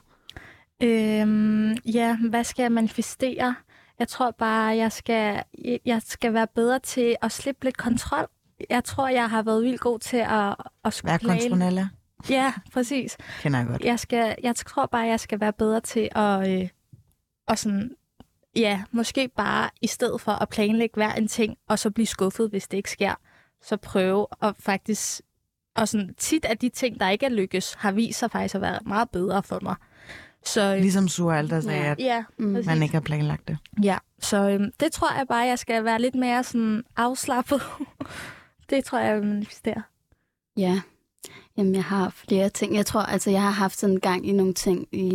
Hvad skal jeg manifestere? Jeg tror bare, jeg skal være bedre til at slippe lidt kontrol. Jeg tror, jeg har været vildt god til at skulle være kontrollere. Ja, præcis. Kender jeg godt. Jeg tror bare, jeg skal være bedre til at sådan, måske bare i stedet for at planlægge hver en ting, og så blive skuffet, hvis det ikke sker, så prøve at faktisk, og sådan tit af de ting, der ikke er lykkes, har vist sig faktisk at være meget bedre for mig. Så, ligesom Suralda sagde, at man ikke har planlagt det. Ja, så det tror jeg bare, jeg skal være lidt mere sådan afslappet. Det tror jeg vil manifestere. Ja. Jamen, jeg har flere ting. Jeg tror, altså, jeg har haft sådan en gang i nogle ting i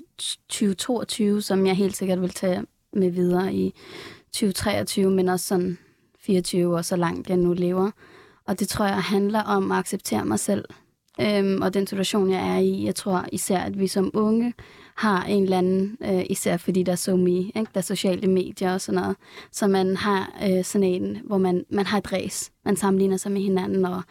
2022, som jeg helt sikkert vil tage med videre i 2023, men også sådan 24 og så langt jeg nu lever. Og det tror jeg handler om at acceptere mig selv og den situation, jeg er i. Jeg tror især, at vi som unge har en eller anden, især fordi der er SoMe, ikke? Der er sociale medier og sådan noget, så man har sådan en, hvor man har et ræs. Man sammenligner sig med hinanden, og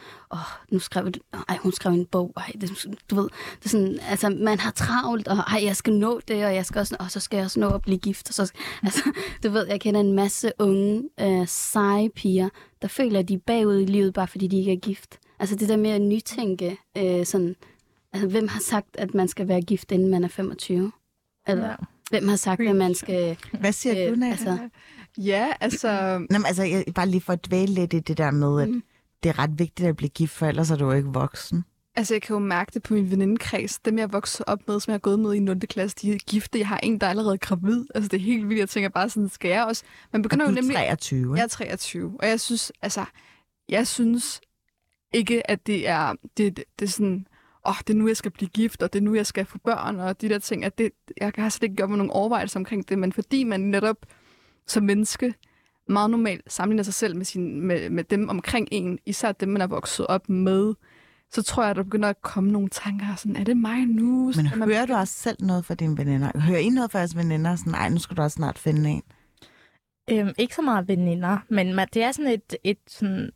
hun skrev en bog, du ved, det er sådan, altså man har travlt, og jeg skal nå det, og jeg skal også, og så skal jeg også nå at blive gift, og så, altså, du ved, jeg kender en masse unge, seje piger, der føler, at de er bagud i livet, bare fordi de ikke er gift. Altså det der med at nytænke, sådan, altså hvem har sagt, at man skal være gift, inden man er 25? Eller hvem har sagt, at man skal... Hvad siger du, Nata? Altså... Ja, altså... Nå, men altså, jeg bare lige for at dvæle lidt i det der med, at det er ret vigtigt at blive gift, for ellers er du jo ikke voksen. Altså, jeg kan jo mærke det på min venindekreds. Dem, jeg voksede op med, som jeg har gået med i 0. klasse, de er gifte. Jeg har en, der er allerede gravid. Altså, det er helt vildt. Jeg tænker bare sådan, skal jeg også... Man begynder og du jo nemlig... 23, Jeg er 23, og jeg synes ikke, at det er sådan... det er nu, jeg skal blive gift, og det er nu, jeg skal få børn, og de der ting. At jeg har slet ikke gjort mig nogen overvejelser omkring det, men fordi man netop som menneske meget normalt sammenligner sig selv med dem omkring en, især dem, man er vokset op med, så tror jeg, at der begynder at komme nogle tanker, sådan, er det mig nu? Men hører du også selv noget fra dine veninder? Hører I noget fra jeres veninder? Sådan, nej, nu skal du også snart finde en. Ikke så meget veninder, men det er sådan et sådan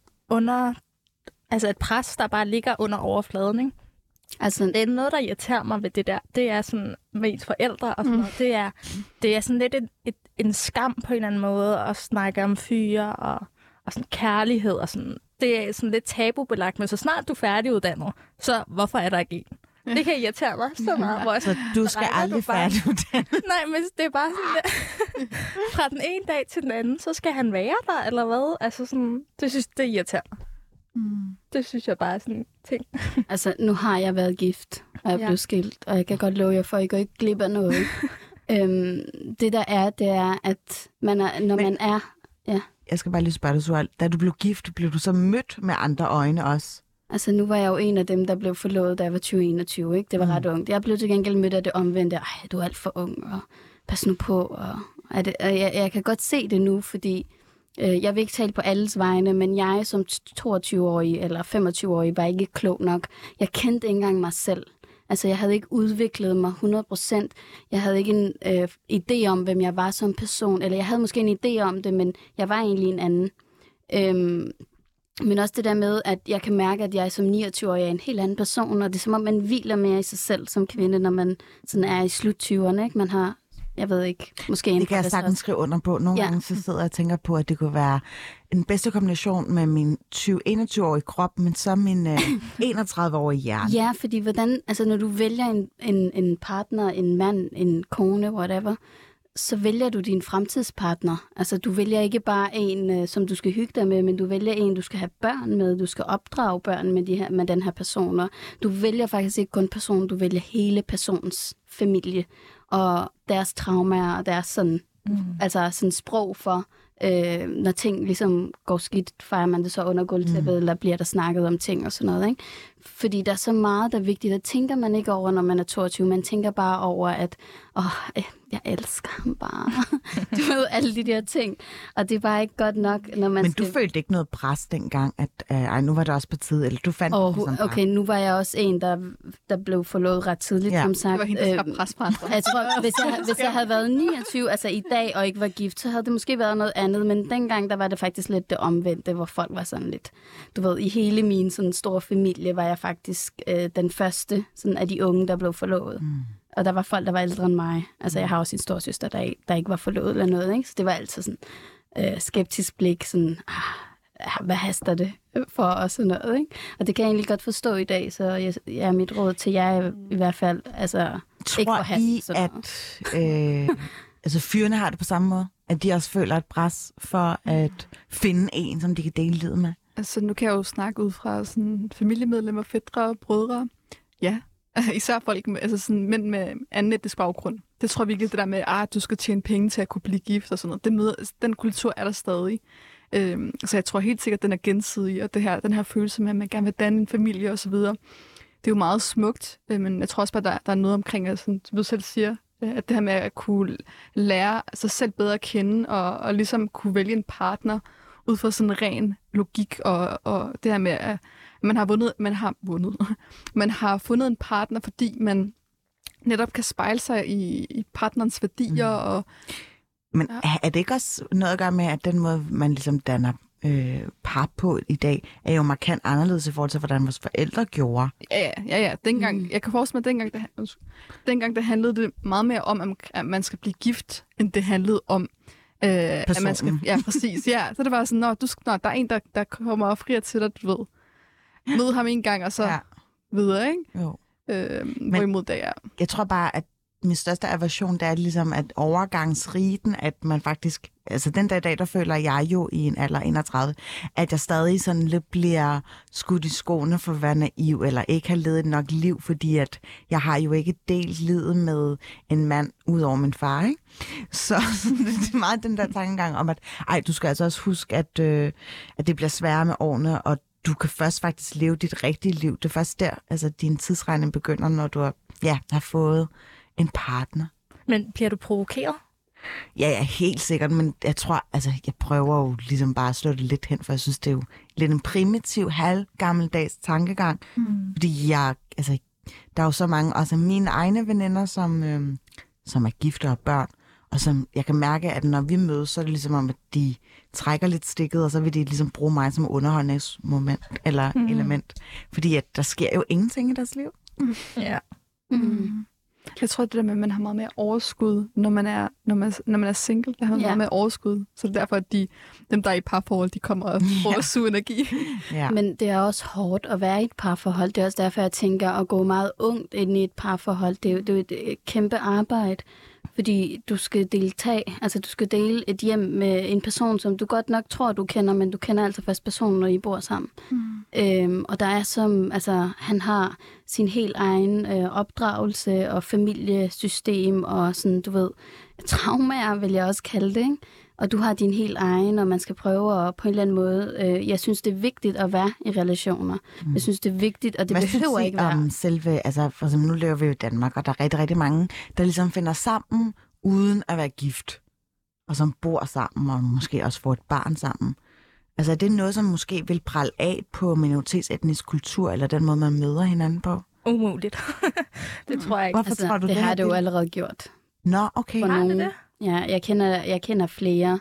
et pres, der bare ligger under overfladen, ikke? Altså, det er noget, der irriterer mig ved det der. Det er sådan med ens forældre og sådan noget. Det er sådan lidt en skam på en eller anden måde at snakke om fyre og sådan kærlighed og sådan. Det er sådan lidt tabubelagt, men så snart du er færdiguddannet, så hvorfor er der ikke en? Det kan irritere mig så meget. Så du skal aldrig færdiguddannet? Nej, men det er bare sådan, fra den ene dag til den anden, så skal han være der, eller hvad? Altså sådan, det irriterer mig. Det synes jeg bare er sådan en ting. Altså, nu har jeg været gift, og jeg er blevet skilt, og jeg kan godt love jer for, at I går ikke glip af noget. Det er, at man er... Ja. Jeg skal bare lige spørge dig, Sual. Da du blev gift, blev du så mødt med andre øjne også? Altså, nu var jeg jo en af dem, der blev forlovet, da jeg var 2021, ikke? Det var ret ungt. Jeg blev til gengæld mødt af det omvendte. Ej, du er alt for ung, og pas nu på. Og jeg kan godt se det nu, fordi... Jeg vil ikke tale på alles vegne, men jeg som 22-årig eller 25-årig var ikke klog nok. Jeg kendte ikke engang mig selv. Altså, jeg havde ikke udviklet mig 100%. Jeg havde ikke en idé om, hvem jeg var som person. Eller jeg havde måske en idé om det, men jeg var egentlig en anden. Men også det der med, at jeg kan mærke, at jeg som 29-årig er en helt anden person, og det er som om, man hviler mere i sig selv som kvinde, når man sådan er i slut-20'erne, ikke? Man har... Jeg ved ikke, måske en. Det kan jeg sagtens skrive under på. Nogle gange så sidder jeg og tænker på, at det kunne være en bedste kombination med min 21-årige krop, men så min 31-årige hjerne. Ja, fordi hvordan, altså når du vælger en partner, en mand, en kone, whatever, så vælger du din fremtidspartner. Altså du vælger ikke bare en, som du skal hygge dig med, men du vælger en, du skal have børn med, du skal opdrage børn med den her person. Du vælger faktisk ikke kun personen, du vælger hele personens familie og deres traumer og deres sådan, altså sådan sprog for, når ting ligesom går skidt, fejrer man det så under gulvtæppet, eller bliver der snakket om ting og sådan noget, ikke? Fordi der er så meget, der er vigtigt. Det tænker man ikke over, når man er 22. Man tænker bare over, at jeg elsker ham bare. Du ved, alle de der ting. Og det er bare ikke godt nok, når man Men du følte ikke noget pres dengang, at nu var det også på tide, eller du fandt det sådan okay, nu var jeg også en, der blev forlovet ret tidligt, som sagt. Det var hende, der skabte pres på andre. Jeg tror, hvis jeg havde været 29, altså i dag, og ikke var gift, så havde det måske været noget andet. Men dengang, der var det faktisk lidt det omvendte, hvor folk var sådan lidt, du ved, i hele min sådan store familie, var jeg faktisk den første sådan, af de unge, der blev forlovet. Og der var folk, der var ældre end mig. Altså, jeg har også en storsøster, der ikke var forlovet eller noget, ikke? Så det var altid sådan skeptisk blik, sådan, hvad haster det for os og noget, ikke? Og det kan jeg egentlig godt forstå i dag, så mit råd til jer i hvert fald, altså, ikke for haste sådan noget. Altså, fyrene har det på samme måde? At de også føler et pres for at finde en, som de kan dele livet med? Altså, nu kan jeg jo snakke ud fra sådan familiemedlemmer, fætre, brødre. Ja, især folk med, altså sådan mænd med anden etnisk baggrund. Det tror jeg virkelig, det der med, at du skal tjene penge til at kunne blive gift og sådan noget. Den kultur er der stadig. Så jeg tror helt sikkert, at den er gensidig, og den her følelse med, at man gerne vil danne en familie og så videre. er jo meget smukt, men jeg tror også bare, der er noget omkring, at sådan, du selv siger, at det her med at kunne lære sig selv bedre at kende, og ligesom kunne vælge en partner ud fra sådan en ren logik, og det her med, at man har fundet en partner, fordi man netop kan spejle sig i partnerens værdier. Og, men er det ikke også noget at gøre med, at den måde, man ligesom danner par på i dag, er jo markant anderledes i forhold til, hvordan vores forældre gjorde? Ja. Jeg kan forestille mig, at dengang det handlede det meget mere om, at man skal blive gift, end det handlede om, at man skal... Ja, præcis. Ja. Så det var sådan, der er en, der kommer og frier til dig, du ved. Mød ham en gang, og så videre, ikke? Jo. Hvorimod det er... Jeg tror bare, at min største aversion, det er ligesom, at overgangsriten, at man faktisk... Altså den dag i dag, der føler jeg jo i en alder 31, at jeg stadig sådan lidt bliver skudt i skoene for at være naiv, eller ikke har levet nok liv, fordi at jeg har jo ikke delt livet med en mand, ud over min far, ikke? Så det er meget den der tankegang om, at du skal altså også huske, at det bliver sværere med årene, og du kan først faktisk leve dit rigtige liv. Det er først der, altså din tidsregning begynder, når du har fået en partner. Men bliver du provokeret? Ja, helt sikkert, men jeg tror, altså jeg prøver jo ligesom bare at slå det lidt hen, for jeg synes, det er jo lidt en primitiv, halvgammeldags tankegang. Fordi der er jo så mange, også mine egne veninder, som er gifte og børn, og som jeg kan mærke, at når vi mødes, så er det ligesom om, at de trækker lidt stikket, og så vil de ligesom bruge mig som underholdningsmoment eller element. Fordi at der sker jo ingenting i deres liv. Ja. Jeg tror, det der med, at man har meget mere overskud, når man er single, der har meget mere overskud. Så det er derfor, at dem, der er i parforhold, de kommer og får suge energi. Ja. Men det er også hårdt at være i et parforhold. Det er også derfor, jeg tænker at gå meget ungt ind i et parforhold. Det er jo et kæmpe arbejde, fordi du skal du skal dele et hjem med en person, som du godt nok tror, du kender, men du kender altså først personen, når I bor sammen. Og der er han har sin helt egen opdragelse og familiesystem og sådan, du ved, traumer vil jeg også kalde det, ikke? Og du har din helt egen, og man skal prøve at på en eller anden måde... jeg synes, det er vigtigt at være i relationer. Jeg synes, det er vigtigt, og det behøver ikke være... Om selve, altså for eksempel, nu lever vi jo i Danmark, og der er rigtig, rigtig mange, der ligesom finder sammen, uden at være gift. Og som bor sammen, og måske også får et barn sammen. Altså er det noget, som måske vil prale af på minoritetsetnisk kultur, eller den måde, man møder hinanden på? Umuligt. Det tror jeg ikke. Hvorfor tror du det? Det har det jo allerede gjort. Nå, okay. Har det det? Ja, jeg kender flere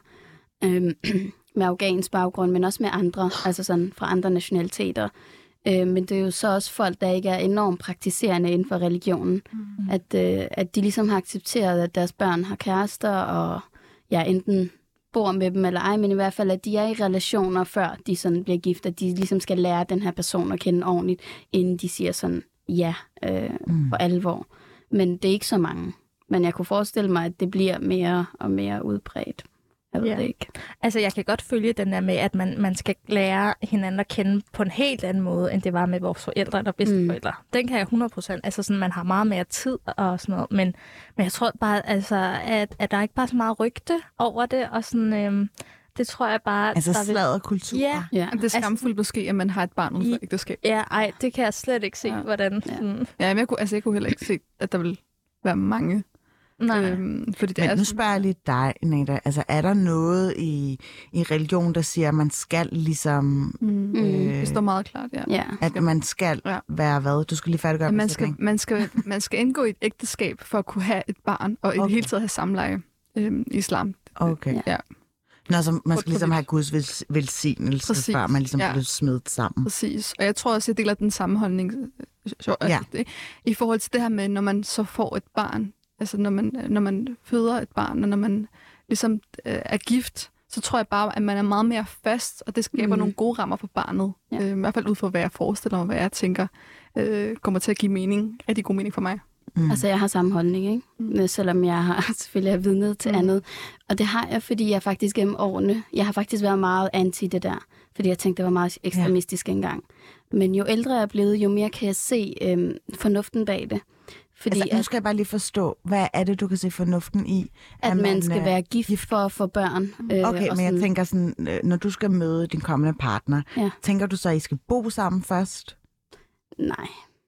med afghansk baggrund, men også med andre, altså sådan fra andre nationaliteter. Men det er jo så også folk, der ikke er enormt praktiserende inden for religionen. At de ligesom har accepteret, at deres børn har kærester, og enten bor med dem eller ej, men i hvert fald, at de er i relationer, før de sådan bliver gift, at de ligesom skal lære den her person at kende ordentligt, inden de siger sådan for alvor. Men det er ikke så mange. Men jeg kunne forestille mig, at det bliver mere og mere udbredt. Jeg ved det ikke. Altså, jeg kan godt følge den der med, at man skal lære hinanden at kende på en helt anden måde, end det var med vores forældre eller bedsteforældre. Den kan jeg 100%. Altså, sådan, man har meget mere tid og sådan noget. Men jeg tror bare, altså, at der er ikke bare så meget rygte over det, og sådan... det tror jeg bare... Altså sladderkultur. Ja. Det er skamfuldt måske, at man har et barn uden for ægteskab. Ja, det kan jeg slet ikke se, hvordan... Ja, men jeg kunne heller ikke se, at der vil være mange. Nej. Fordi det men nu spørger jeg lidt dig, Neda. Altså, er der noget i religion, der siger, at man skal ligesom... det står meget klart, ja. At man skal være hvad? Du skal lige færdiggøre man skal indgå i et ægteskab for at kunne have et barn, og i det hele taget have samleje i islam. Okay. Ja. Nå, så man skal ligesom have Guds velsignelse, før man ligesom bliver smidt sammen. Præcis. Og jeg tror også, jeg deler den samme holdning i forhold til det her med, når man så får et barn, altså når man føder et barn, og når man ligesom er gift, så tror jeg bare, at man er meget mere fast, og det skaber nogle gode rammer for barnet. I hvert fald ud fra, hvad jeg forestiller mig, hvad jeg tænker, kommer til at give rigtig god mening for mig. Altså, jeg har samme holdning, ikke? Selvom jeg har selvfølgelig er vidnet til andet. Og det har jeg, fordi jeg faktisk gennem årene, jeg har faktisk været meget anti det der, fordi jeg tænkte, det var meget ekstremistisk engang. Men jo ældre jeg er blevet, jo mere kan jeg se fornuften bag det. Fordi altså, nu skal jeg bare lige forstå, hvad er det, du kan se fornuften i? At man skal være gift for at få børn. Okay, men jeg tænker sådan, når du skal møde din kommende partner, tænker du så, at I skal bo sammen først? Nej.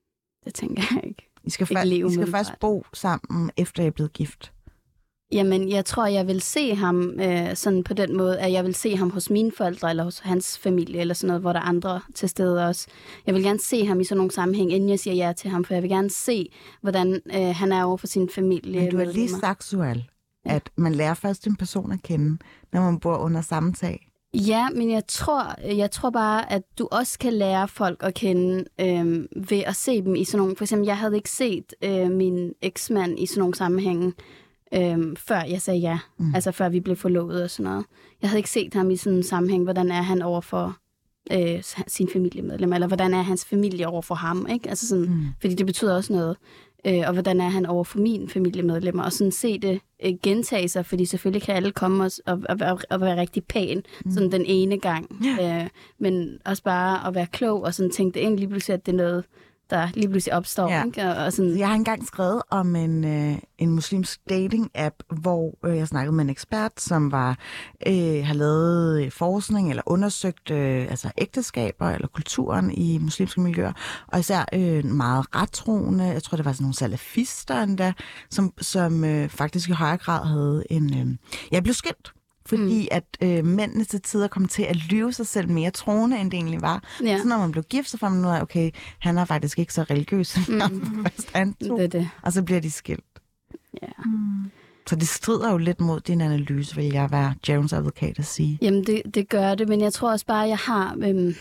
Det tænker jeg ikke. I skal først bo sammen, efter I er blevet gift. Jamen, jeg tror, jeg vil se ham sådan på den måde, at jeg vil se ham hos mine forældre, eller hos hans familie, eller sådan noget, hvor der er andre til stede også. Jeg vil gerne se ham i sådan nogle sammenhæng, inden jeg siger ja til ham, for jeg vil gerne se, hvordan han er over for sin familie. Men du har lige sagt, Sual, at man lærer først en person at kende, når man bor under samme tag. Ja, men jeg tror bare, at du også kan lære folk at kende ved at se dem i sådan nogle... For eksempel, jeg havde ikke set min eksmand i sådan nogle sammenhænge, før jeg sagde ja. Altså før vi blev forlovet og sådan noget. Jeg havde ikke set ham i sådan en sammenhæng, hvordan er han over for sin familiemedlem, eller hvordan er hans familie over for ham, ikke? Altså sådan, fordi det betyder også noget. Og hvordan er han over for min familiemedlemmer, og sådan se det gentage sig, fordi selvfølgelig kan alle komme og være rigtig pæn, sådan den ene gang. Men også bare at være klog og sådan tænke det ind lige pludselig, at det er noget, der lige pludselig opstår. Ja. Ikke? Og sådan. Jeg har engang skrevet om en muslimsk dating-app, hvor jeg snakkede med en ekspert, som har lavet forskning eller undersøgt altså ægteskaber eller kulturen i muslimske miljøer, og især meget rettroende. Jeg tror, det var sådan nogle salafister endda, som faktisk i højere grad havde en... Jeg blev skilt. Fordi at mændene til tider kom til at lyve sig selv mere troende, end det egentlig var. Ja. Så når man blev gift, så fandt man ud af, okay, han er faktisk ikke så religiøs, som først antog. Det. Og så bliver de skilt. Ja. Så det strider jo lidt mod din analyse, vil jeg være Jones advokat at sige. Jamen, det gør det, men jeg tror også bare, jeg har...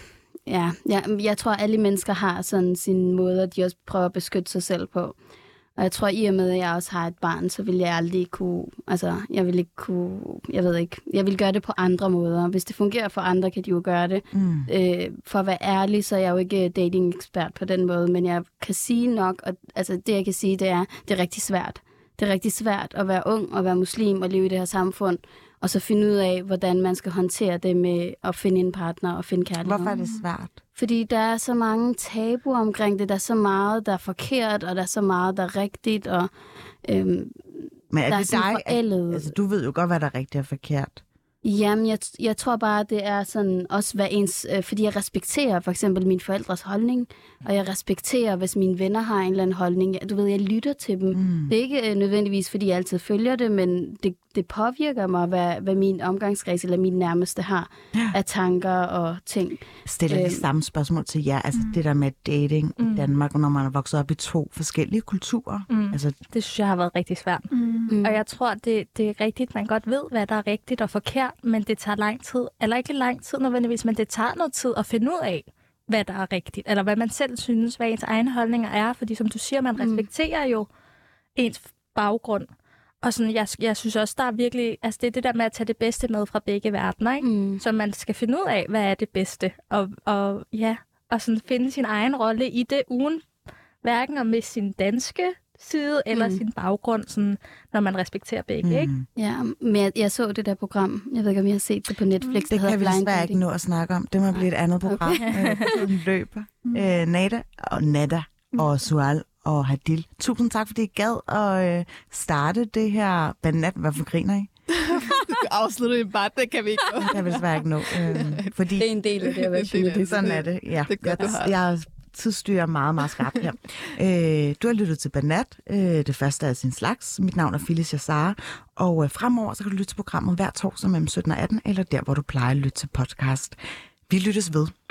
jeg tror, alle mennesker har sådan sin måde, at de også prøver at beskytte sig selv på. Og jeg tror, i og med, at jeg også har et barn, så vil jeg aldrig kunne... Altså, jeg vil ikke kunne... Jeg ved ikke. Jeg vil gøre det på andre måder. Hvis det fungerer for andre, kan de jo gøre det. For at være ærlig, så er jeg jo ikke dating-ekspert på den måde. Men jeg kan sige nok... Og, altså, det jeg kan sige, det er rigtig svært. Det er rigtig svært at være ung og være muslim og leve i det her samfund. Og så finde ud af, hvordan man skal håndtere det med at finde en partner og finde kærlighed. Hvorfor er det svært? Fordi der er så mange tabuer omkring det. Der er så meget, der er forkert, og der er så meget, der er rigtigt. Og, men er der det dig? Altså, du ved jo godt, hvad der er rigtigt og forkert. Jamen, jeg tror bare, det er sådan også hvad ens... fordi jeg respekterer for eksempel mine forældres holdning, og jeg respekterer, hvis mine venner har en eller anden holdning. Du ved, jeg lytter til dem. Det er ikke nødvendigvis, fordi jeg altid følger det, men det påvirker mig, hvad min omgangskreds eller min nærmeste har af tanker og ting. Stiller de samme spørgsmål til jer? Altså det der med dating i Danmark, når man er vokset op i 2 forskellige kulturer? Altså... Det synes jeg har været rigtig svært. Og jeg tror, det er rigtigt, man godt ved, hvad der er rigtigt og forkert, men det tager lang tid. Eller ikke lang tid nødvendigvis, men det tager noget tid at finde ud af, hvad der er rigtigt. Eller hvad man selv synes, hvad ens egne holdninger er. Fordi som du siger, man respekterer jo ens baggrund. Og sådan, jeg synes også, der er virkelig... Altså det er det der med at tage det bedste med fra begge verdener, ikke? Så man skal finde ud af, hvad er det bedste. Og sådan finde sin egen rolle i det, uden hverken om med sin danske side eller sin baggrund, sådan, når man respekterer begge, ikke? Ja, men jeg så det der program. Jeg ved ikke, om jeg har set det på Netflix. Det kan vi desværre ikke nå at snakke om. Det må blive et andet program. Okay. Løber. Nada og Sual og Hadil. Tusind tak, fordi I gad at starte det her banat. Hvorfor griner I? Du afslutter det bare, det kan vi ikke nå. Det kan vi desværre ikke nå. Fordi det er en del af det at være journalist. Sådan er det, ja. Det er godt, jeg tidsstyrer meget, meget skarpt her. Du har lyttet til Banat, det første af sin slags. Mit navn er Phyllis Jassara, og fremover så kan du lytte til programmet hver torsdag mellem 17 og 18, eller der, hvor du plejer at lytte til podcast. Vi lyttes ved.